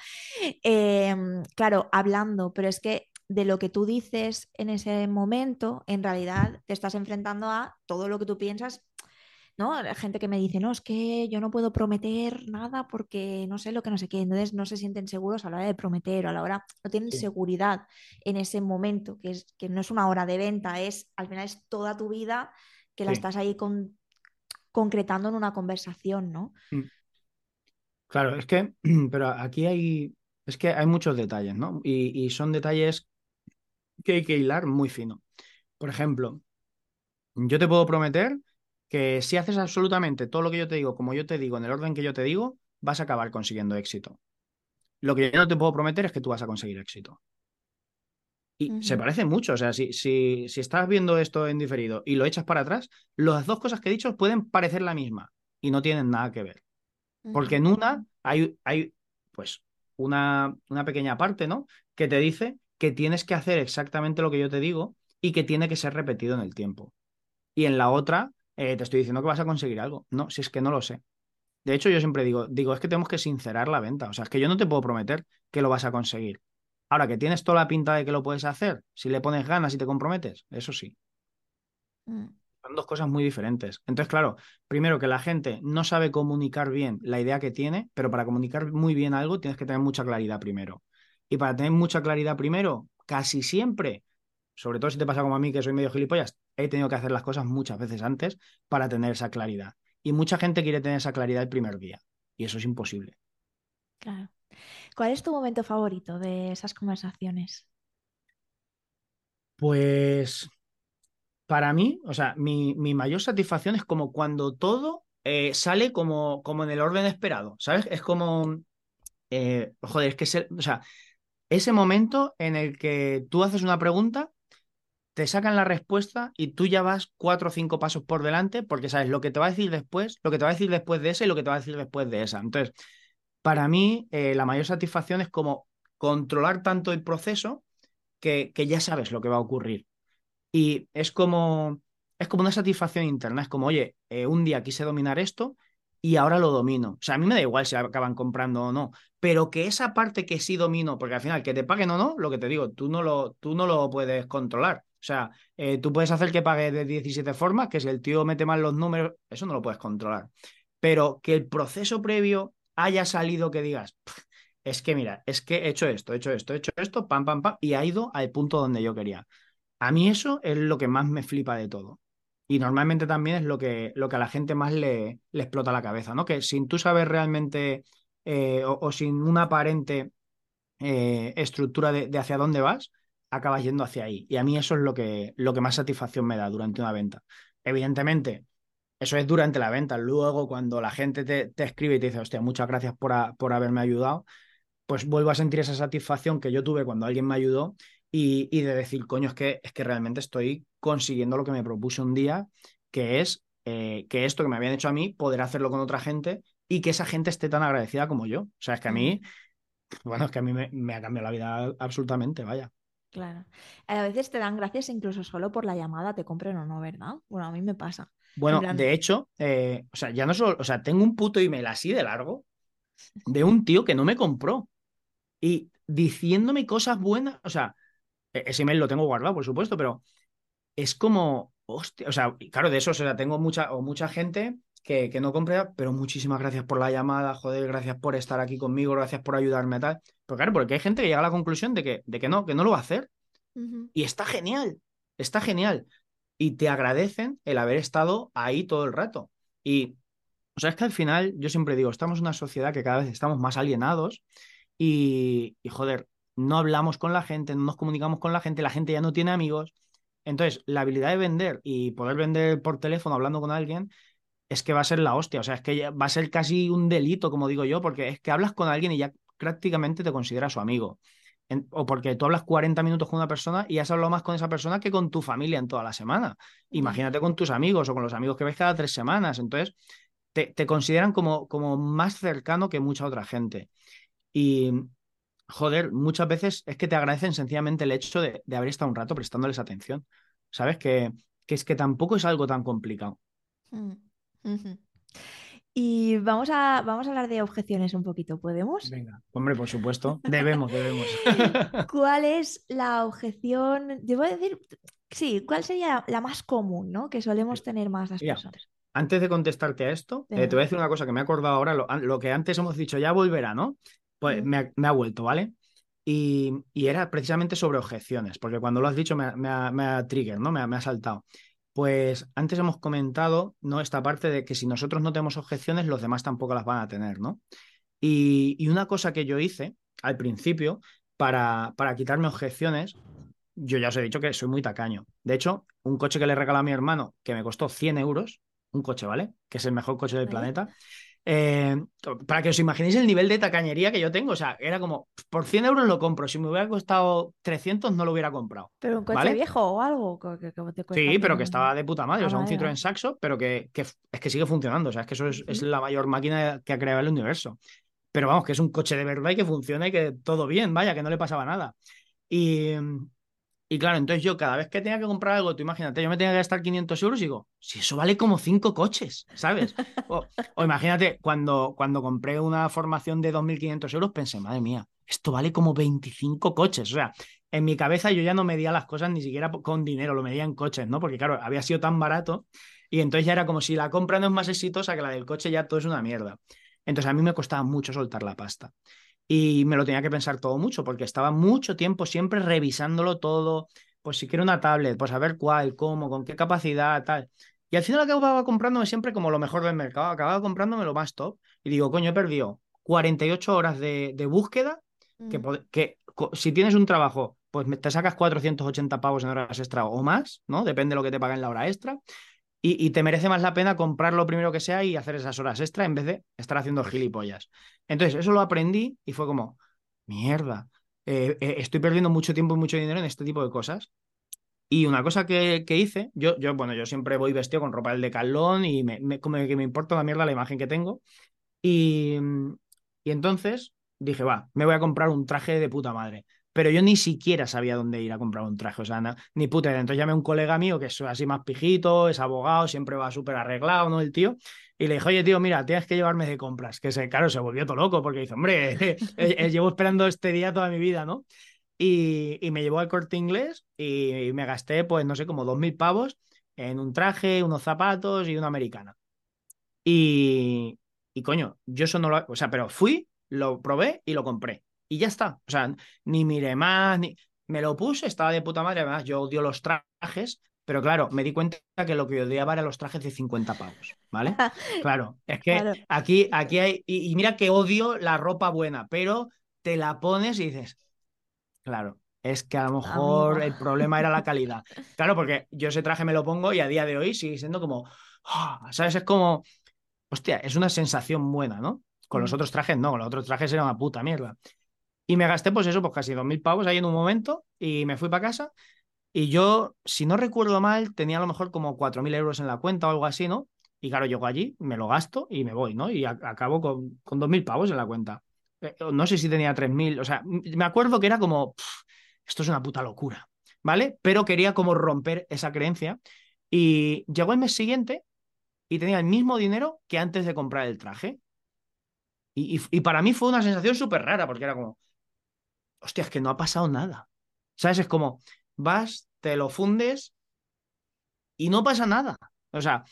claro, hablando, pero es que de lo que tú dices en ese momento, en realidad te estás enfrentando a todo lo que tú piensas. ¿No? Hay gente que me dice, no, es que yo no puedo prometer nada porque no sé lo que no sé qué, entonces no se sienten seguros a la hora de prometer o a la hora, no tienen Sí, seguridad en ese momento, que no es una hora de venta, al final es toda tu vida que la sí. estás ahí concretando en una conversación, ¿no? Mm. Claro, es que, pero aquí es que hay muchos detalles, ¿no? Y son detalles que hay que hilar muy fino. Por ejemplo, yo te puedo prometer que si haces absolutamente todo lo que yo te digo, como yo te digo, en el orden que yo te digo, vas a acabar consiguiendo éxito. Lo que yo no te puedo prometer es que tú vas a conseguir éxito. Y se Ujú, parece mucho, o sea, si estás viendo esto en diferido y lo echas para atrás, las dos cosas que he dicho pueden parecer la misma y no tienen nada que ver. Porque ujú, en una hay pues, una pequeña parte, ¿no? Que te dice que tienes que hacer exactamente lo que yo te digo y que tiene que ser repetido en el tiempo. Y en la otra, te estoy diciendo que vas a conseguir algo. No, si es que no lo sé. De hecho, yo siempre digo, es que tenemos que sincerar la venta. O sea, es que yo no te puedo prometer que lo vas a conseguir. Ahora, que tienes toda la pinta de que lo puedes hacer, si le pones ganas y te comprometes, eso sí. mm, Son dos cosas muy diferentes. Entonces, claro, primero que la gente no sabe comunicar bien la idea que tiene, pero para comunicar muy bien algo tienes que tener mucha claridad primero. Y para tener mucha claridad primero, casi siempre, sobre todo si te pasa como a mí, que soy medio gilipollas, he tenido que hacer las cosas muchas veces antes para tener esa claridad. Y mucha gente quiere tener esa claridad el primer día. Y eso es imposible. claro. ¿Cuál es tu momento favorito de esas conversaciones? Pues para mí, o sea, mi mayor satisfacción es como cuando todo sale como en el orden esperado, ¿sabes? Es como, joder, es que o sea, ese momento en el que tú haces una pregunta, te sacan la respuesta y tú ya vas 4 o 5 pasos por delante porque sabes lo que te va a decir después, lo que te va a decir después de esa y lo que te va a decir después de esa. Entonces, para mí, la mayor satisfacción es como controlar tanto el proceso que ya sabes lo que va a ocurrir. Y es como una satisfacción interna. Es como, oye, un día quise dominar esto y ahora lo domino. O sea, a mí me da igual si acaban comprando o no, pero que esa parte que sí domino, porque al final que te paguen o no, lo que te digo, tú no lo puedes controlar. O sea, tú puedes hacer que pague de 17 formas, que si el tío mete mal los números, eso no lo puedes controlar. Pero que el proceso previo haya salido que digas, es que mira, es que he hecho esto, he hecho esto, he hecho esto, pam, pam, pam, y ha ido al punto donde yo quería. A mí eso es lo que más me flipa de todo. Y normalmente también es lo que a la gente más le explota la cabeza, ¿no? Que sin tú saber realmente o sin una aparente estructura de hacia dónde vas, acabas yendo hacia ahí. Y a mí eso es lo que más satisfacción me da durante una venta. Evidentemente, eso es durante la venta. Luego, cuando la gente te escribe y te dice, hostia, muchas gracias por haberme ayudado, pues vuelvo a sentir esa satisfacción que yo tuve cuando alguien me ayudó y de decir, coño, es que realmente estoy consiguiendo lo que me propuse un día, que es que esto que me habían hecho a mí, poder hacerlo con otra gente y que esa gente esté tan agradecida como yo. O sea, es que a Mm, mí, bueno, es que a mí me ha cambiado la vida absolutamente, vaya. claro. A veces te dan gracias incluso solo por la llamada, te compren o no, ¿verdad? Bueno, a mí me pasa. En Bueno, plan, de hecho, o sea, ya no solo, o sea, tengo un puto email así de largo de un tío que no me compró y diciéndome cosas buenas, o sea, ese email lo tengo guardado, por supuesto, pero es como, hostia, o sea, y claro, de eso, o sea, tengo mucha gente que no compra, pero muchísimas gracias por la llamada, joder, gracias por estar aquí conmigo, gracias por ayudarme, tal. Pero claro, porque hay gente que llega a la conclusión de que no lo va a hacer. ujú, Y está genial, está genial. Y te agradecen el haber estado ahí todo el rato. Y, o sea, es que al final, yo siempre digo, estamos en una sociedad que cada vez estamos más alienados joder, no hablamos con la gente, no nos comunicamos con la gente ya no tiene amigos. Entonces, la habilidad de vender y poder vender por teléfono hablando con alguien es que va a ser la hostia. O sea, es que va a ser casi un delito, como digo yo, porque es que hablas con alguien y ya prácticamente te considera su amigo. O porque tú hablas 40 minutos con una persona y has hablado más con esa persona que con tu familia en toda la semana. ya. Imagínate con tus amigos o con los amigos que ves cada 3 semanas. Entonces, te consideran como más cercano que mucha otra gente. Y, joder, muchas veces es que te agradecen sencillamente el hecho de haber estado un rato prestándoles atención. ¿Sabes? Que es que tampoco es algo tan complicado. Mm, ujú. Y vamos a hablar de objeciones un poquito, ¿podemos? Venga, hombre, por supuesto. Debemos. ¿Cuál es la objeción? Debo decir, sí, ¿cuál sería la más común, ¿no? Que solemos tener más las Mira, personas. antes de contestarte a esto, te voy a Venga. decir una cosa que me he acordado ahora. Lo que antes hemos dicho, ya volverá, ¿no? Pues Mm, me ha vuelto, ¿vale? Y era precisamente sobre objeciones, porque cuando lo has dicho me ha trigger, ¿no? Me ha saltado. Pues antes hemos comentado, ¿no? Esta parte de que si nosotros no tenemos objeciones, los demás tampoco las van a tener, ¿no? Y una cosa que yo hice al principio para quitarme objeciones, yo ya os he dicho que soy muy tacaño. De hecho, un coche que le regalé a mi hermano, que me costó 100 euros, un coche, ¿vale? Que es el mejor coche del ¿vale? planeta. eh, para que os imaginéis el nivel de tacañería que yo tengo, o sea, era como, por 100 euros lo compro, si me hubiera costado 300 no lo hubiera comprado, ¿Pero un coche ¿vale? viejo o algo que te cuesta Sí, pero 100 que euros? estaba de puta madre, o Ah, sea, un vale, Citroën vale. Saxo, pero que es que sigue funcionando, o sea, es que eso es Ujú. la mayor máquina que ha creado el universo. Pero vamos, que es un coche de verdad y que funciona y que todo bien, vaya, que no le pasaba nada. Y, y claro, entonces yo cada vez que tenía que comprar algo, tú imagínate, yo me tenía que gastar 500 euros y digo, si eso vale como 5 coches, ¿sabes? O imagínate, cuando compré una formación de 2.500 euros, pensé, madre mía, esto vale como 25 coches. O sea, en mi cabeza yo ya no medía las cosas ni siquiera con dinero, lo medía en coches, ¿no? Porque claro, había sido tan barato y entonces ya era como si la compra no es más exitosa que la del coche, ya todo es una mierda. Entonces a mí me costaba mucho soltar la pasta. Y me lo tenía que pensar todo mucho, porque estaba mucho tiempo siempre revisándolo todo, pues si quiero una tablet, pues a ver cuál, cómo, con qué capacidad, tal. Y al final acababa comprándome siempre como lo mejor del mercado, acababa comprándome lo más top. Y digo, coño, he perdido 48 horas de búsqueda, Mm. si tienes un trabajo, pues te sacas 480 pavos en horas extra o más, ¿no? Depende de lo que te paguen la hora extra. Y te merece más la pena comprar lo primero que sea y hacer esas horas extra en vez de estar haciendo gilipollas. Entonces, eso lo aprendí y fue como, mierda, estoy perdiendo mucho tiempo y mucho dinero en este tipo de cosas. Y una cosa que hice, bueno, yo siempre voy vestido con ropa del Decathlon y como que me importa la mierda la imagen que tengo. Y, y entonces dije, va, me voy a comprar un traje de puta madre. Pero yo ni siquiera sabía dónde ir a comprar un traje, o sea, ni puta idea. Entonces llamé a un colega mío que es así más pijito, es abogado, siempre va súper arreglado, ¿no? El tío. Y le dije, oye, tío, mira, tienes que llevarme de compras. Claro, se volvió todo loco porque dice, hombre, llevo esperando este día toda mi vida, ¿no? Y me llevó al Corte Inglés y me gasté, pues, no sé, como 2.000 pavos en un traje, unos zapatos y una americana. Y, y coño, yo eso no lo. O sea, pero fui, lo probé y lo compré. Y ya está. O sea, ni miré más, ni. Me lo puse, estaba de puta madre. Además, yo odio los trajes, pero claro, me di cuenta que lo que odiaba eran los trajes de 50 pavos, ¿vale? Claro, es que Claro. aquí hay. Y mira que odio la ropa buena, pero te la pones y dices, claro. es que a lo amigo. mejor el problema era la calidad. Claro, porque yo ese traje me lo pongo y a día de hoy sigue siendo como, ¿sabes? Es como, hostia, es una sensación buena, ¿no? Con los Mm, otros trajes no, con los otros trajes era una puta mierda. Y me gasté pues eso, pues casi 2000 pavos ahí en un momento y me fui para casa y yo, si no recuerdo mal, tenía a lo mejor como 4000 euros en la cuenta o algo así, ¿no? Y claro, llego allí, me lo gasto y me voy, ¿no? Y acabo con 2000 pavos en la cuenta. No sé si tenía 3000, o sea, me acuerdo que era como, esto es una puta locura, ¿vale? Pero quería como romper esa creencia y llegó el mes siguiente y tenía el mismo dinero que antes de comprar el traje. Y para mí fue una sensación súper rara porque era como, hostia, es que no ha pasado nada. ¿Sabes? Es como, vas, te lo fundes y no pasa nada. O sea,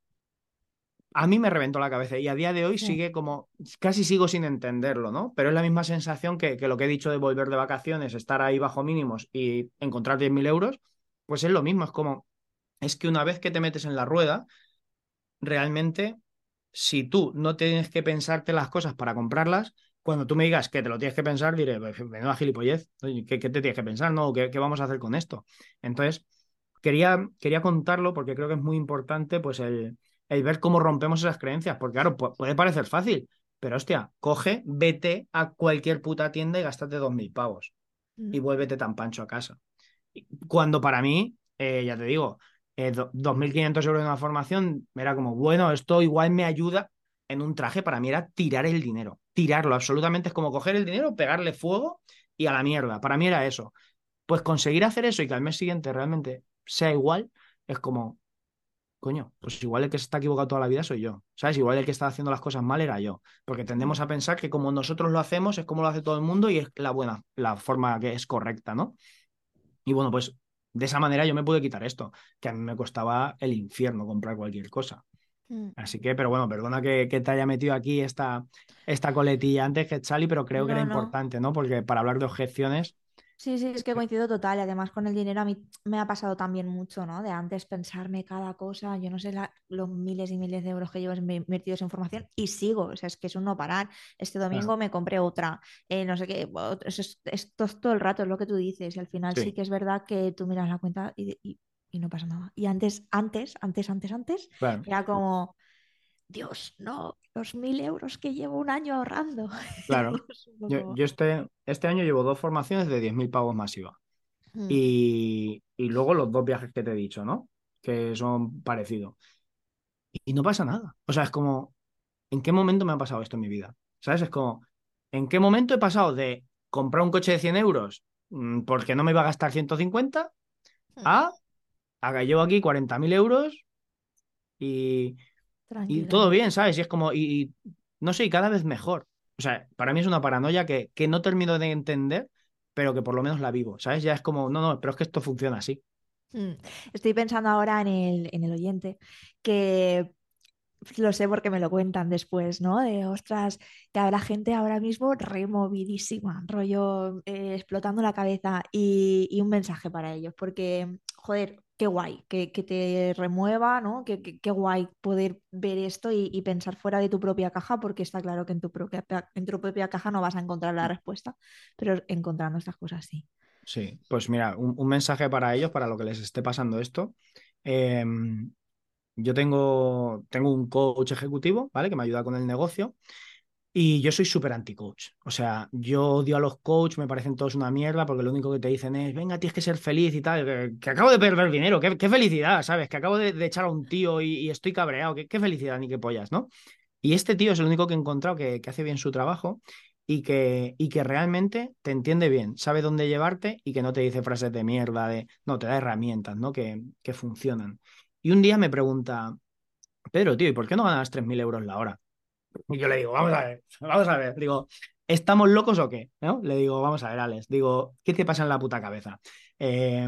a mí me reventó la cabeza y a día de hoy sí. sigue como, casi sigo sin entenderlo, ¿no? Pero es la misma sensación que lo que he dicho de volver de vacaciones, estar ahí bajo mínimos y encontrar 10.000 euros, pues es lo mismo, es como, es que una vez que te metes en la rueda, realmente, si tú no tienes que pensarte las cosas para comprarlas, cuando tú me digas que te lo tienes que pensar, diré, menuda gilipollez, oye, ¿qué te tienes que pensar? ¿No? ¿Qué vamos a hacer con esto? Entonces, quería contarlo porque creo que es muy importante pues el ver cómo rompemos esas creencias, porque claro, puede parecer fácil, pero hostia, coge, vete a cualquier puta tienda y gástate 2000 pavos y Mm, vuélvete tan pancho a casa. Cuando para mí, ya te digo, 2500 euros en una formación era como, bueno, esto igual me ayuda en un traje. Para mí era tirar el dinero, tirarlo absolutamente. Es como coger el dinero, pegarle fuego y a la mierda. Para mí era eso. Pues conseguir hacer eso y que al mes siguiente realmente sea igual, es como, coño, pues igual el que se está equivocado toda la vida soy yo. ¿Sabes? Igual el que está haciendo las cosas mal era yo. Porque mm, tendemos a pensar que como nosotros lo hacemos es como lo hace todo el mundo y es la buena, la forma que es correcta, ¿no? Y bueno, pues de esa manera yo me pude quitar esto, que a mí me costaba el infierno comprar cualquier cosa. mm. Así que, pero bueno, perdona que te haya metido aquí esta coletilla antes que Chali, pero creo que era No, no. importante, ¿no? Porque para hablar de objeciones, Sí, sí, es que coincido total. Y además con el dinero a mí me ha pasado también mucho, ¿no? De antes pensarme cada cosa, yo no sé los miles y miles de euros que llevo invertidos en formación y sigo, o sea, es que es un no parar. Este claro, domingo me compré otra, no sé qué, esto es todo el rato, es lo que tú dices y al final sí sí, que es verdad que tú miras la cuenta y no pasa nada. Y antes, claro, era como, Dios, no, los 1000 euros que llevo un año ahorrando. claro. Es un Yo, poco... yo este año llevo dos formaciones de 10.000 pavos más IVA. Mm, Y luego los dos viajes que te he dicho, ¿no? Que son parecidos. Y no pasa nada. O sea, es como, ¿en qué momento me ha pasado esto en mi vida? ¿Sabes? Es como, ¿en qué momento he pasado de comprar un coche de 100 euros porque no me iba a gastar 150 mm, a, a que llevo aquí 40.000 euros y, y todo bien, tranquilamente. ¿sabes? Y es como, no sé, y cada vez mejor. O sea, para mí es una paranoia que no termino de entender, pero que por lo menos la vivo, ¿sabes? Ya es como, no, no, pero es que esto funciona así. Mm. Estoy pensando ahora en el oyente, que lo sé porque me lo cuentan después, ¿no? De, ostras, que habrá gente ahora mismo removidísima, rollo explotando la cabeza y un mensaje para ellos, porque, joder, qué guay, que te remueva, ¿no? Qué guay poder ver esto y pensar fuera de tu propia caja, porque está claro que en tu propia caja no vas a encontrar la respuesta, pero encontrando estas cosas sí. Sí, pues mira, un mensaje para ellos, para lo que les esté pasando esto. Eh, yo tengo un coach ejecutivo, ¿vale? Que me ayuda con el negocio. Y yo soy súper anti-coach. O sea, yo odio a los coach, me parecen todos una mierda porque lo único que te dicen es, venga, tienes que ser feliz y tal. Que acabo de perder dinero, qué felicidad, ¿sabes? Que acabo de echar a un tío y estoy cabreado, qué felicidad ni qué pollas, ¿no? Y este tío es el único que he encontrado que hace bien su trabajo y que realmente te entiende bien, sabe dónde llevarte y que no te dice frases de mierda, no, te da herramientas, ¿no? Que funcionan. Y un día me pregunta, Pedro, tío, ¿y por qué no ganas 3000 euros la hora? Y yo le digo, vamos a ver. Digo, ¿estamos locos o qué? ¿No? Le digo, vamos a ver, Alex. Digo, ¿qué te pasa en la puta cabeza? Eh,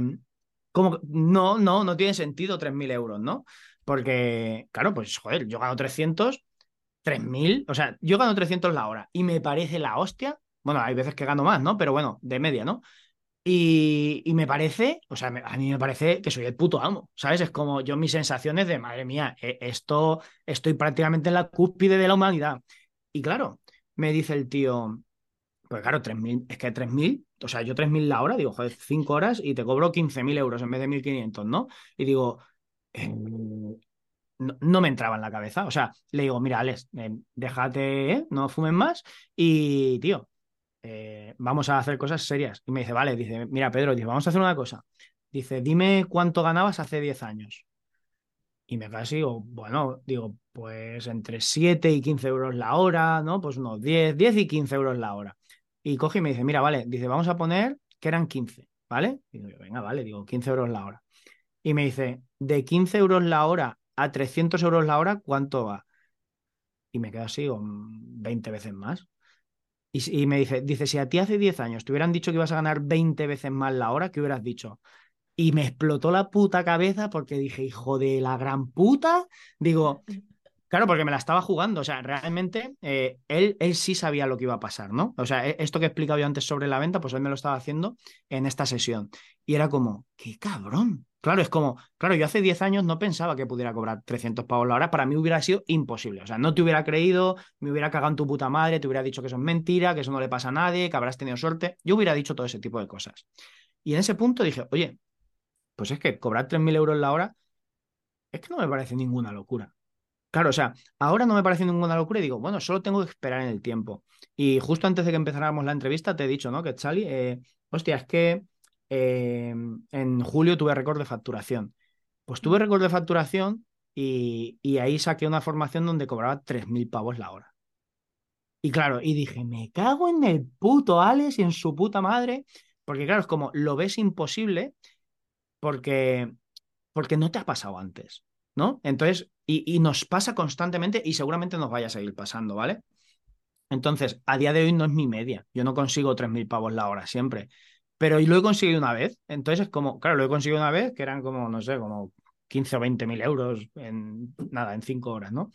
no tiene sentido 3000 euros, ¿no? Porque, claro, pues joder, yo gano 3000, o sea, yo gano 300 la hora y me parece la hostia. Bueno, hay veces que gano más, ¿no? Pero bueno, de media, ¿no? Y me parece, o sea, a mí me parece que soy el puto amo, ¿sabes? Es como yo mis sensaciones de, madre mía, esto estoy prácticamente en la cúspide de la humanidad. Y claro, me dice el tío, Pues claro, 3.000, es que 3.000, o sea, yo 3.000 la hora, digo, joder, 5 horas y te cobro 15.000 euros en vez de 1.500, ¿no? Y digo, no me entraba en la cabeza. O sea, le digo, mira, Alex, déjate, no fumes más y, tío, vamos a hacer cosas serias. Y me dice, vale, dice, mira, Pedro, dice, vamos a hacer una cosa. Dice, dime cuánto ganabas hace 10 años. Y me casi digo, bueno, digo, pues entre 7 y 15 euros la hora, ¿no? Pues unos 10 y 15 euros la hora. Y coge y me dice, mira, vale, dice, vamos a poner que eran 15, ¿vale? Y digo, venga, vale, digo, 15 euros la hora. Y me dice, de 15 euros la hora a 300 euros la hora, ¿cuánto va? Y me quedo así, con 20 veces más. Y me dice, si a ti hace 10 años te hubieran dicho que ibas a ganar 20 veces más la hora, ¿qué hubieras dicho? Y me explotó la puta cabeza porque dije, hijo de la gran puta. Digo, claro, porque me la estaba jugando. O sea, realmente él sí sabía lo que iba a pasar, ¿no? O sea, esto que he explicado yo antes sobre la venta, pues él me lo estaba haciendo en esta sesión. Y era como, qué cabrón. Claro, es como, claro, yo hace 10 años no pensaba que pudiera cobrar 300 pavos la hora. Para mí hubiera sido imposible. O sea, no te hubiera creído, me hubiera cagado en tu puta madre, te hubiera dicho que eso es mentira, que eso no le pasa a nadie, que habrás tenido suerte. Yo hubiera dicho todo ese tipo de cosas. Y en ese punto dije, oye, pues es que cobrar 3.000 euros la hora es que no me parece ninguna locura. Claro, o sea, ahora no me parece ninguna locura y digo, bueno, solo tengo que esperar en el tiempo. Y justo antes de que empezáramos la entrevista te he dicho, ¿no? Que Chali, hostia, es que en julio tuve récord de facturación. Pues tuve Mm. récord de facturación y ahí saqué una formación donde cobraba 3.000 pavos la hora. Y claro, y dije, me cago en el puto Alex y en su puta madre, porque claro, es como, lo ves imposible porque no te ha pasado antes, ¿no? Entonces, y nos pasa constantemente y seguramente nos vaya a seguir pasando, ¿vale? Entonces, a día de hoy no es mi media. Yo no consigo 3.000 pavos la hora siempre. Pero lo he conseguido una vez. Entonces, es como, claro, lo he conseguido una vez que eran como, no sé, como 15 o 20 mil euros en nada, en 5 horas, ¿no?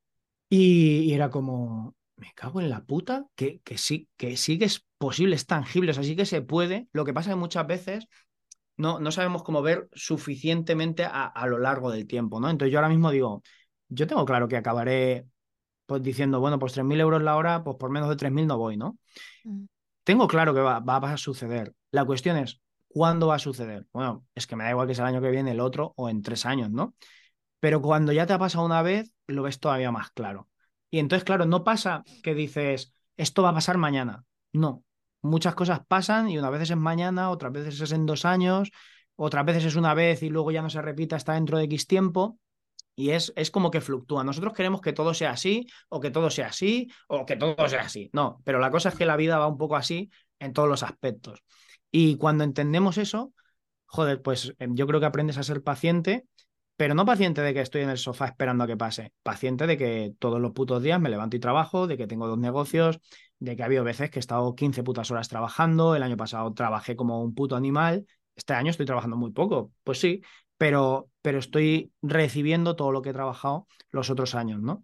Y era como, me cago en la puta, que sí que es posible, es tangible, o sea, sí que se puede. Lo que pasa es que muchas veces no sabemos cómo ver suficientemente a lo largo del tiempo, ¿no? Entonces yo ahora mismo digo, yo tengo claro que acabaré pues diciendo, bueno, pues 3.000 euros la hora, pues por menos de 3.000 no voy, ¿no? Mm. Tengo claro que va a suceder. La cuestión es, ¿cuándo va a suceder? Bueno, es que me da igual que sea el año que viene, el otro o en 3 años, ¿no? Pero cuando ya te ha pasado una vez, lo ves todavía más claro. Y entonces, claro, no pasa que dices, esto va a pasar mañana. No, muchas cosas pasan y unas veces es mañana, otras veces es en 2 años, otras veces es una vez y luego ya no se repite hasta dentro de X tiempo. Y es como que fluctúa. Nosotros queremos que todo sea así, o que todo sea así, o que todo sea así. No, pero la cosa es que la vida va un poco así en todos los aspectos. Y cuando entendemos eso, joder, pues yo creo que aprendes a ser paciente, pero no paciente de que estoy en el sofá esperando a que pase, paciente de que todos los putos días me levanto y trabajo, de que tengo 2 negocios, de que ha habido veces que he estado 15 putas horas trabajando, el año pasado trabajé como un puto animal, este año estoy trabajando muy poco, pues sí, pero estoy recibiendo todo lo que he trabajado los otros años, ¿no?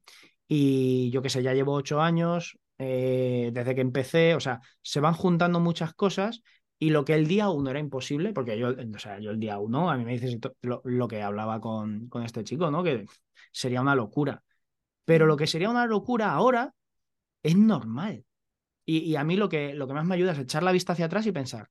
Y yo qué sé, ya llevo 8 años desde que empecé, o sea, se van juntando muchas cosas y lo que el día uno era imposible, porque yo, o sea, yo el día uno, a mí me dices lo que hablaba con este chico, ¿no? Que sería una locura. Pero lo Mm. que sería una locura ahora es normal. Y a mí lo que más me ayuda es echar la vista hacia atrás y pensar,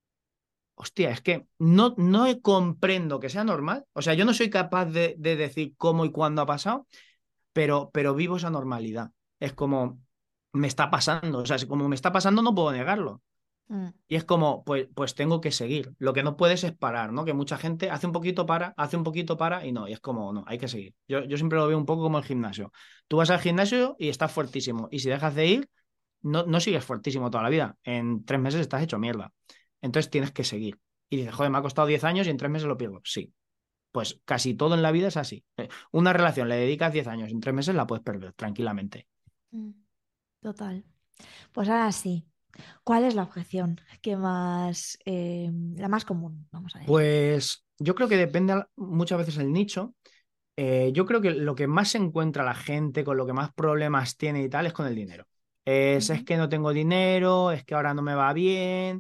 hostia, es que no comprendo que sea normal. O sea, yo no soy capaz de decir cómo y cuándo ha pasado, pero vivo esa normalidad. Es como, me está pasando. O sea, como me está pasando, no puedo negarlo. Mm. Y es como, pues tengo que seguir. Lo que no puedes es parar, ¿no? Que mucha gente hace un poquito para, hace un poquito para y no. Y es como, no, hay que seguir. Yo siempre lo veo un poco como el gimnasio. Tú vas al gimnasio y estás fuertísimo. Y si dejas de ir, no sigues fuertísimo toda la vida. En 3 meses estás hecho mierda. Entonces tienes que seguir. Y dices, joder, me ha costado 10 años y en 3 meses lo pierdo. Sí. Pues casi todo en la vida es así. Una relación le dedicas 10 años, en 3 meses la puedes perder tranquilamente. Mm. Total. Pues ahora sí. ¿Cuál es la objeción que más, la más común, vamos a decir? Pues yo creo que depende muchas veces el nicho. Yo creo que lo que más se encuentra la gente, con lo que más problemas tiene y tal, es con el dinero. Es Ujú. que no tengo dinero, es que ahora no me va bien.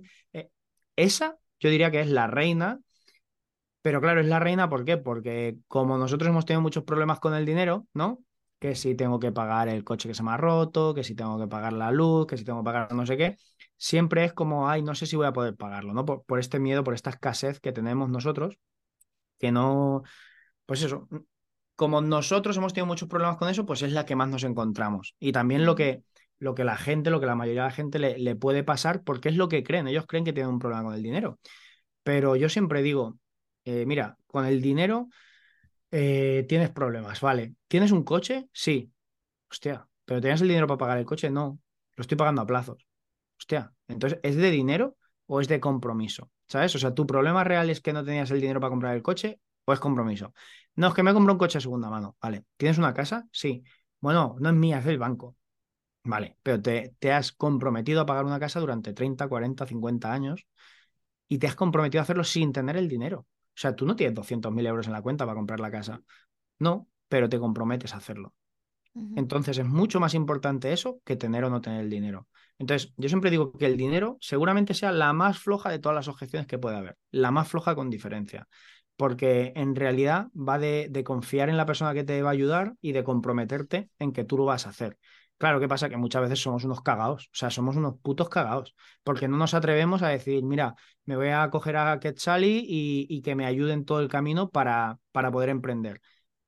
Esa yo diría que es la reina, pero claro, es la reina ¿por qué? Porque como nosotros hemos tenido muchos problemas con el dinero, ¿no? que si tengo que pagar el coche que se me ha roto, que si tengo que pagar la luz, que si tengo que pagar no sé qué, siempre es como, ay, no sé si voy a poder pagarlo, ¿no? Por este miedo, por esta escasez que tenemos nosotros, que no, pues eso, como nosotros hemos tenido muchos problemas con eso, pues es la que más nos encontramos. Y también Mm. lo que la gente, lo que la mayoría de la gente le puede pasar, porque es lo que creen, ellos creen que tienen un problema con el dinero. Pero yo siempre digo, mira, con el dinero tienes problemas, ¿vale? ¿Tienes un coche? Sí. Hostia, ¿pero tenías el dinero para pagar el coche? No, lo estoy pagando a plazos. Hostia, entonces, ¿es de dinero o es de compromiso? ¿Sabes? O sea, ¿tu problema real es que no tenías el dinero para comprar el coche o es compromiso? No, es que me compré un coche de segunda mano. Vale, ¿tienes una casa? Sí. Bueno, no es mía, es del banco. Vale, pero te has comprometido a pagar una casa durante 30, 40, 50 años y te has comprometido a hacerlo sin tener el dinero. O sea, tú no tienes 200.000 euros en la cuenta para comprar la casa. No, pero te comprometes a hacerlo. Ujú. Entonces es mucho más importante eso que tener o no tener el dinero. Entonces, yo siempre digo que el dinero seguramente sea la más floja de todas las objeciones que puede haber, la más floja con diferencia, porque en realidad va de confiar en la persona que te va a ayudar y de comprometerte en que tú lo vas a hacer. Claro, ¿qué pasa? Que muchas veces somos unos cagados, o sea, somos unos putos cagados, porque no nos atrevemos a decir, mira, me voy a coger a Quetzali y que me ayude en todo el camino para poder emprender.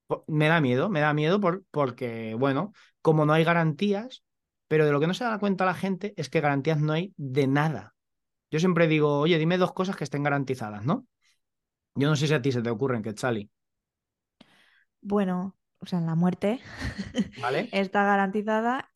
Me da miedo porque, bueno, como no hay garantías, pero de lo que no se da cuenta la gente es que garantías no hay de nada. Yo siempre digo, oye, dime dos cosas que estén garantizadas, ¿no? Yo no sé si a ti se te ocurren, Quetzali, Bueno, o sea, la muerte ¿vale? está garantizada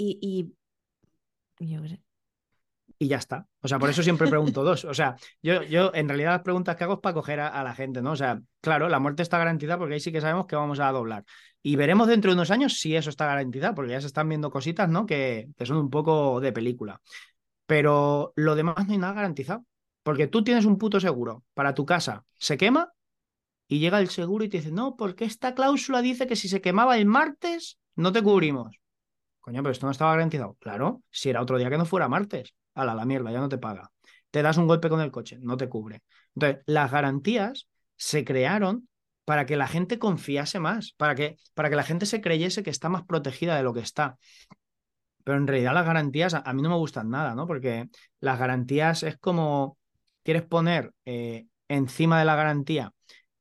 y yo qué sé. Y ya está. O sea, por eso siempre pregunto dos. O sea, yo en realidad las preguntas que hago es para coger a la gente, ¿no? O sea, claro, la muerte está garantizada porque ahí sí que sabemos que vamos a doblar. Y veremos dentro de unos años si eso está garantizado, porque ya se están viendo cositas, ¿no? Que son un poco de película. Pero lo demás no hay nada garantizado. Porque tú tienes un puto seguro para tu casa, se quema y llega el seguro y te dice, no, porque esta cláusula dice que si se quemaba el martes, no te Mm. cubrimos. Coño, pero esto no estaba garantizado. Claro, si era otro día que no fuera martes. La mierda, ya no te paga. Te das un golpe con el coche, no te cubre. Entonces, las garantías se crearon para que la gente confiase más, para que la gente se creyese que está más protegida de lo que está. Pero en realidad las garantías a mí no me gustan nada, ¿no? Porque las garantías es como quieres poner encima de la garantía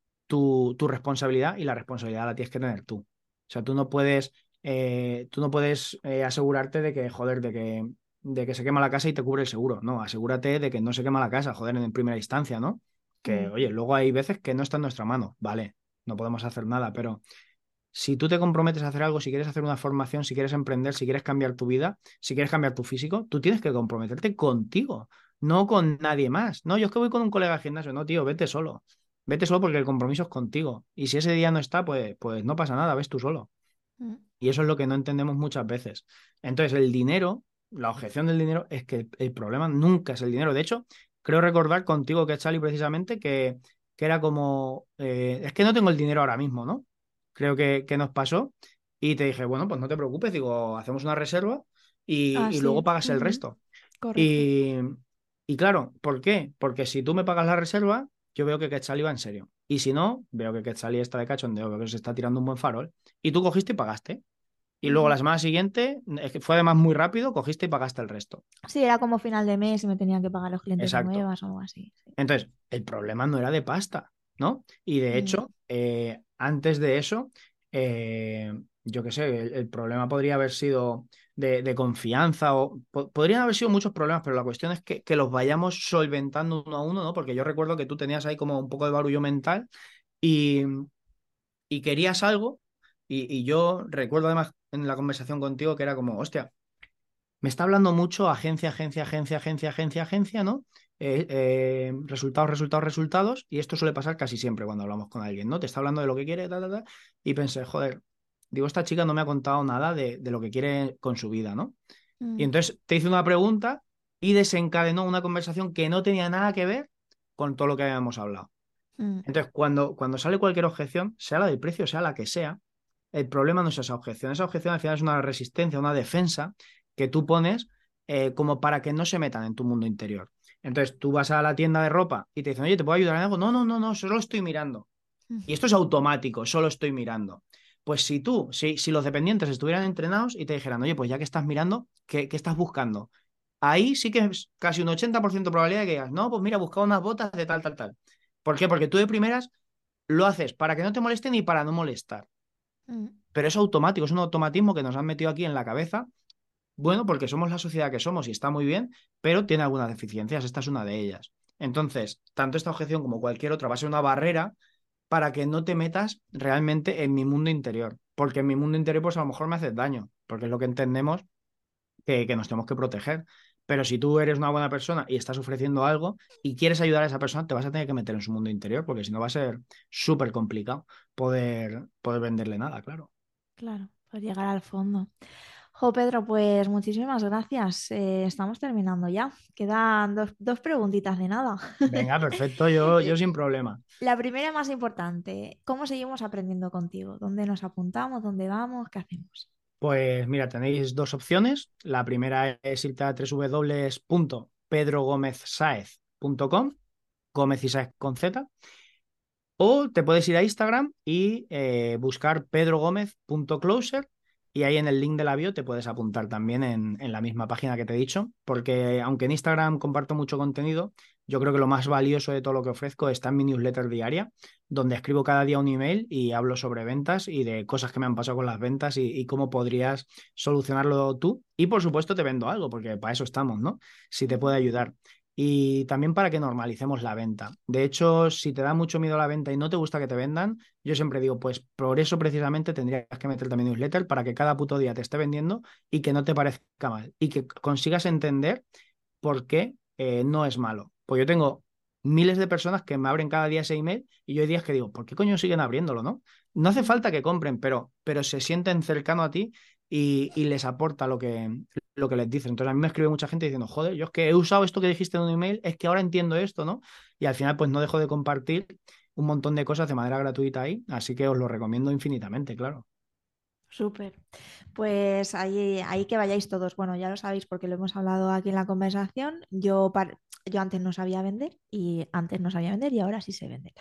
tu responsabilidad y la responsabilidad la tienes que tener tú. O sea, tú no puedes asegurarte de que, joder, de que se quema la casa y te cubre el seguro. No, asegúrate de que no se quema la casa, joder, en primera instancia, ¿no? Que, Mm. oye, luego hay veces que no está en nuestra mano, vale, no podemos hacer nada, pero si tú te comprometes a hacer algo, si quieres hacer una formación, si quieres emprender, si quieres cambiar tu vida, si quieres cambiar tu físico, tú tienes que comprometerte contigo, no con nadie más. No, yo es que voy con un colega al gimnasio. No, tío, vete solo. Vete solo porque el compromiso es contigo. Y si ese día no está, pues no pasa nada, ves tú solo. Mm. Y eso es lo que no entendemos muchas veces. Entonces, el dinero, la objeción del dinero es que el problema nunca es el dinero. De hecho, creo recordar contigo, que Charlie, precisamente, que era como, es que no tengo el dinero ahora mismo, ¿no? Creo que nos pasó. Y te dije, bueno, pues no te preocupes, digo, hacemos una reserva Ah, y luego sí. pagas el Ujú. resto. Correcto. Y, y claro, ¿por qué? Porque si tú me pagas la reserva, yo veo que Quetzalí va en serio. Y si no, veo que Quetzalí está de cachondeo, veo que se está tirando un buen farol. Y tú cogiste y pagaste. Y luego la Ujú. semana siguiente, es que fue además muy rápido, cogiste y pagaste el resto. Sí, era como final de mes y me tenían que pagar los clientes Exacto. nuevas o algo así. Sí. Entonces, el problema no era de pasta, ¿no? Y de Mm. hecho, antes de eso, yo qué sé, el problema podría haber sido de confianza o podrían haber sido muchos problemas, pero la cuestión es que los vayamos solventando uno a uno, ¿no? Porque yo recuerdo que tú tenías ahí como un poco de barullo mental y, y querías algo y yo recuerdo además en la conversación contigo que era como, hostia. Me está hablando mucho agencia, agencia, agencia, agencia, agencia, agencia, ¿no? Resultados, resultados, resultados. Y esto suele pasar casi siempre cuando hablamos con alguien, ¿no? Te está hablando de lo que quiere, ta, ta, ta. Y pensé, joder, digo, esta chica no me ha contado nada de lo que quiere con su vida, ¿no? Y Mm. entonces te hice una pregunta y desencadenó una conversación que no tenía nada que ver con todo lo que habíamos hablado. Mm. Entonces, cuando sale cualquier objeción, sea la del precio, sea la que sea, el problema no es esa objeción. Esa objeción al final es una resistencia, una defensa que tú pones como para que no se metan en tu mundo interior. Entonces, tú vas a la tienda de ropa y te dicen, oye, ¿te puedo ayudar en algo? No, no, no, no, solo estoy mirando. Mm. Y esto es automático, solo estoy mirando. Pues si los dependientes estuvieran entrenados y te dijeran, oye, pues ya que estás mirando, ¿qué estás buscando? Ahí sí que es casi un 80% de probabilidad de que digas, no, pues mira, busca unas botas de tal, tal, tal. ¿Por qué? Porque tú de primeras lo haces para que no te molesten y para no molestar. Mm, Pero es automático, es un automatismo que nos han metido aquí en la cabeza. Bueno, porque somos la sociedad que somos y está muy bien, pero tiene algunas deficiencias. Esta es una de ellas. Entonces, tanto esta objeción como cualquier otra va a ser una barrera para que no te metas realmente en mi mundo interior. Porque en mi mundo interior, pues a lo mejor me haces daño, porque es lo que entendemos que nos tenemos que proteger. Pero si tú eres una buena persona y estás ofreciendo algo y quieres ayudar a esa persona, te vas a tener que meter en su mundo interior, porque si no va a ser súper complicado poder venderle nada, claro. claro, por llegar al fondo. Jo, Pedro, pues muchísimas gracias. Estamos terminando ya. Quedan dos preguntitas de nada. Venga, perfecto, yo Eh, sin problema. La primera más importante, ¿cómo seguimos aprendiendo contigo? ¿Dónde nos apuntamos? ¿Dónde vamos? ¿Qué hacemos? Pues mira, tenéis dos opciones. La primera es irte a www.pedrogomezsaez.com, Gómez y Saez con Z, o te puedes ir a Instagram y buscar pedrogomez.closer y ahí en el link de la bio te puedes apuntar también en la misma página que te he dicho, porque aunque en Instagram comparto mucho contenido, yo creo que lo más valioso de todo lo que ofrezco está en mi newsletter diaria, donde escribo cada día un email y hablo sobre ventas y de cosas que me han pasado con las ventas y cómo podrías solucionarlo tú. Y por supuesto te vendo algo, porque para eso estamos, ¿no? Si te puede Ujú. ayudar y también para que normalicemos la venta. De hecho, si te da mucho miedo la venta y no te gusta que te vendan, yo siempre digo, pues por eso precisamente tendrías que meter también newsletter para que cada puto día te esté vendiendo y que no te parezca mal y que consigas entender por qué no es malo. Pues yo tengo miles de personas que me abren cada día ese email y yo hay días que digo, ¿por qué coño siguen abriéndolo, no? No hace Mm. falta que compren, pero se sienten cercano a ti y les aporta lo que les dicen. Entonces a mí me escribe mucha gente diciendo, joder, yo es que he usado esto que dijiste en un email, es que ahora entiendo esto, ¿no? Y al final pues no dejo de compartir un montón de cosas de manera gratuita ahí, así que os lo recomiendo infinitamente, claro. Súper. Pues ahí que vayáis todos. Bueno, ya lo sabéis porque lo hemos hablado aquí en la conversación. Yo antes no sabía vender y antes no sabía vender y ahora sí sé vender.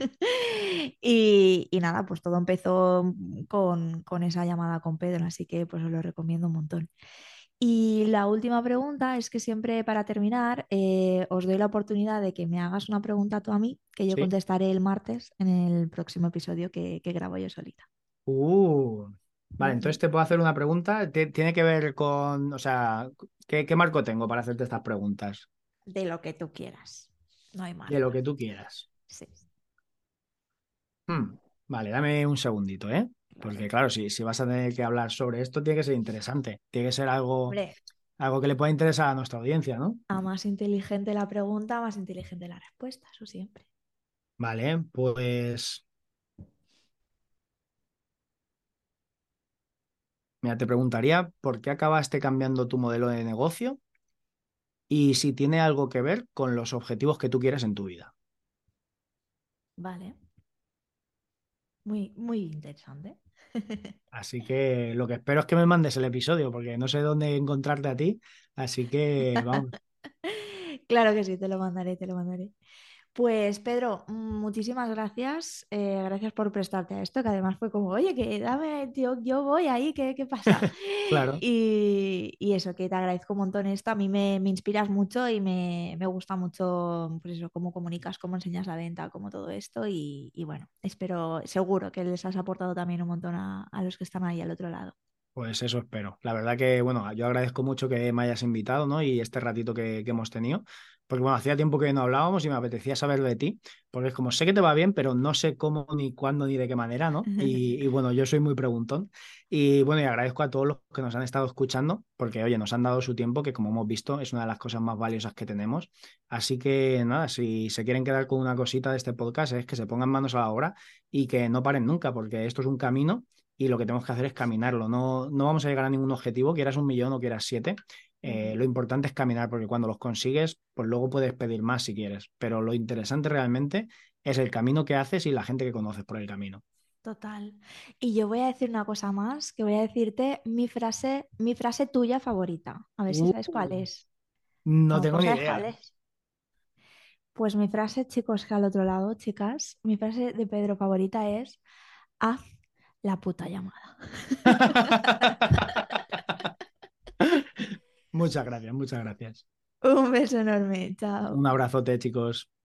Y nada, pues todo empezó con esa llamada con Pedro, así que pues os lo recomiendo un montón. Y la última pregunta es que siempre para terminar os doy la oportunidad de que me hagas una pregunta tú a mí, que yo Sí. contestaré el martes en el próximo episodio que grabo yo solita. Uh, vale, Mm, entonces te puedo hacer una pregunta. Tiene que ver con, o sea, ¿qué marco tengo para hacerte estas preguntas? de lo que tú quieras. No hay De lo marca. que tú quieras. Sí, Vale, dame un segundito, ¿eh? Porque vale. claro, si vas a tener que hablar sobre esto, tiene que ser interesante. Tiene que ser Hombre, algo que le pueda interesar a nuestra audiencia, ¿no? a más inteligente la pregunta, más inteligente la respuesta, eso siempre. Vale, pues mira, te preguntaría por qué acabaste cambiando tu modelo de negocio y si tiene algo que ver con los objetivos que tú quieres en tu vida. Vale, muy, muy interesante. Así que lo que espero es que me mandes el episodio, porque no sé dónde encontrarte a ti. Así que vamos, Claro que sí, te lo mandaré, te lo mandaré. Pues Pedro, muchísimas gracias. Gracias por prestarte a esto, que además fue como, oye, que dame, tío, yo voy ahí, ¿qué pasa? claro. Y eso, que te agradezco un montón esto. A mí me inspiras mucho y me gusta mucho, pues eso, cómo comunicas, cómo enseñas la venta, cómo todo esto. Y bueno, espero, seguro que les has aportado también un montón a los que están ahí al otro lado. Pues eso espero. La verdad que, bueno, yo agradezco mucho que me hayas invitado, ¿no? Y este ratito que hemos tenido. Porque, bueno, hacía tiempo que no hablábamos y me apetecía saber de ti. Porque es como, sé que te va bien, pero no sé cómo, ni cuándo, ni de qué manera, ¿no? Y bueno, yo soy muy preguntón. Y bueno, y agradezco a todos los que nos han estado escuchando, porque, oye, nos han dado su tiempo, que como hemos visto, es una de las cosas más valiosas que tenemos. Así que, nada, si se quieren quedar con una cosita de este podcast, es que se pongan manos a la obra y que no paren nunca, porque esto es un camino y lo que tenemos que hacer es caminarlo. No, no vamos a llegar a ningún objetivo, quieras 1 millón o quieras 7. Ujú. Lo importante es caminar, porque cuando los consigues, pues luego puedes pedir más si quieres. Pero lo interesante realmente es el camino que haces y la gente que conoces por el camino. Total. Y yo voy a decir una cosa más, que voy a decirte mi frase tuya favorita. A ver si Uh, sabes cuál es. A no lo tengo mejor ni sabes cuál idea. es. Pues mi frase, chicos, que al otro lado, chicas, mi frase de Pedro favorita es, haz La puta llamada. Muchas gracias, muchas gracias. Un beso enorme. Chao. Un abrazote, chicos.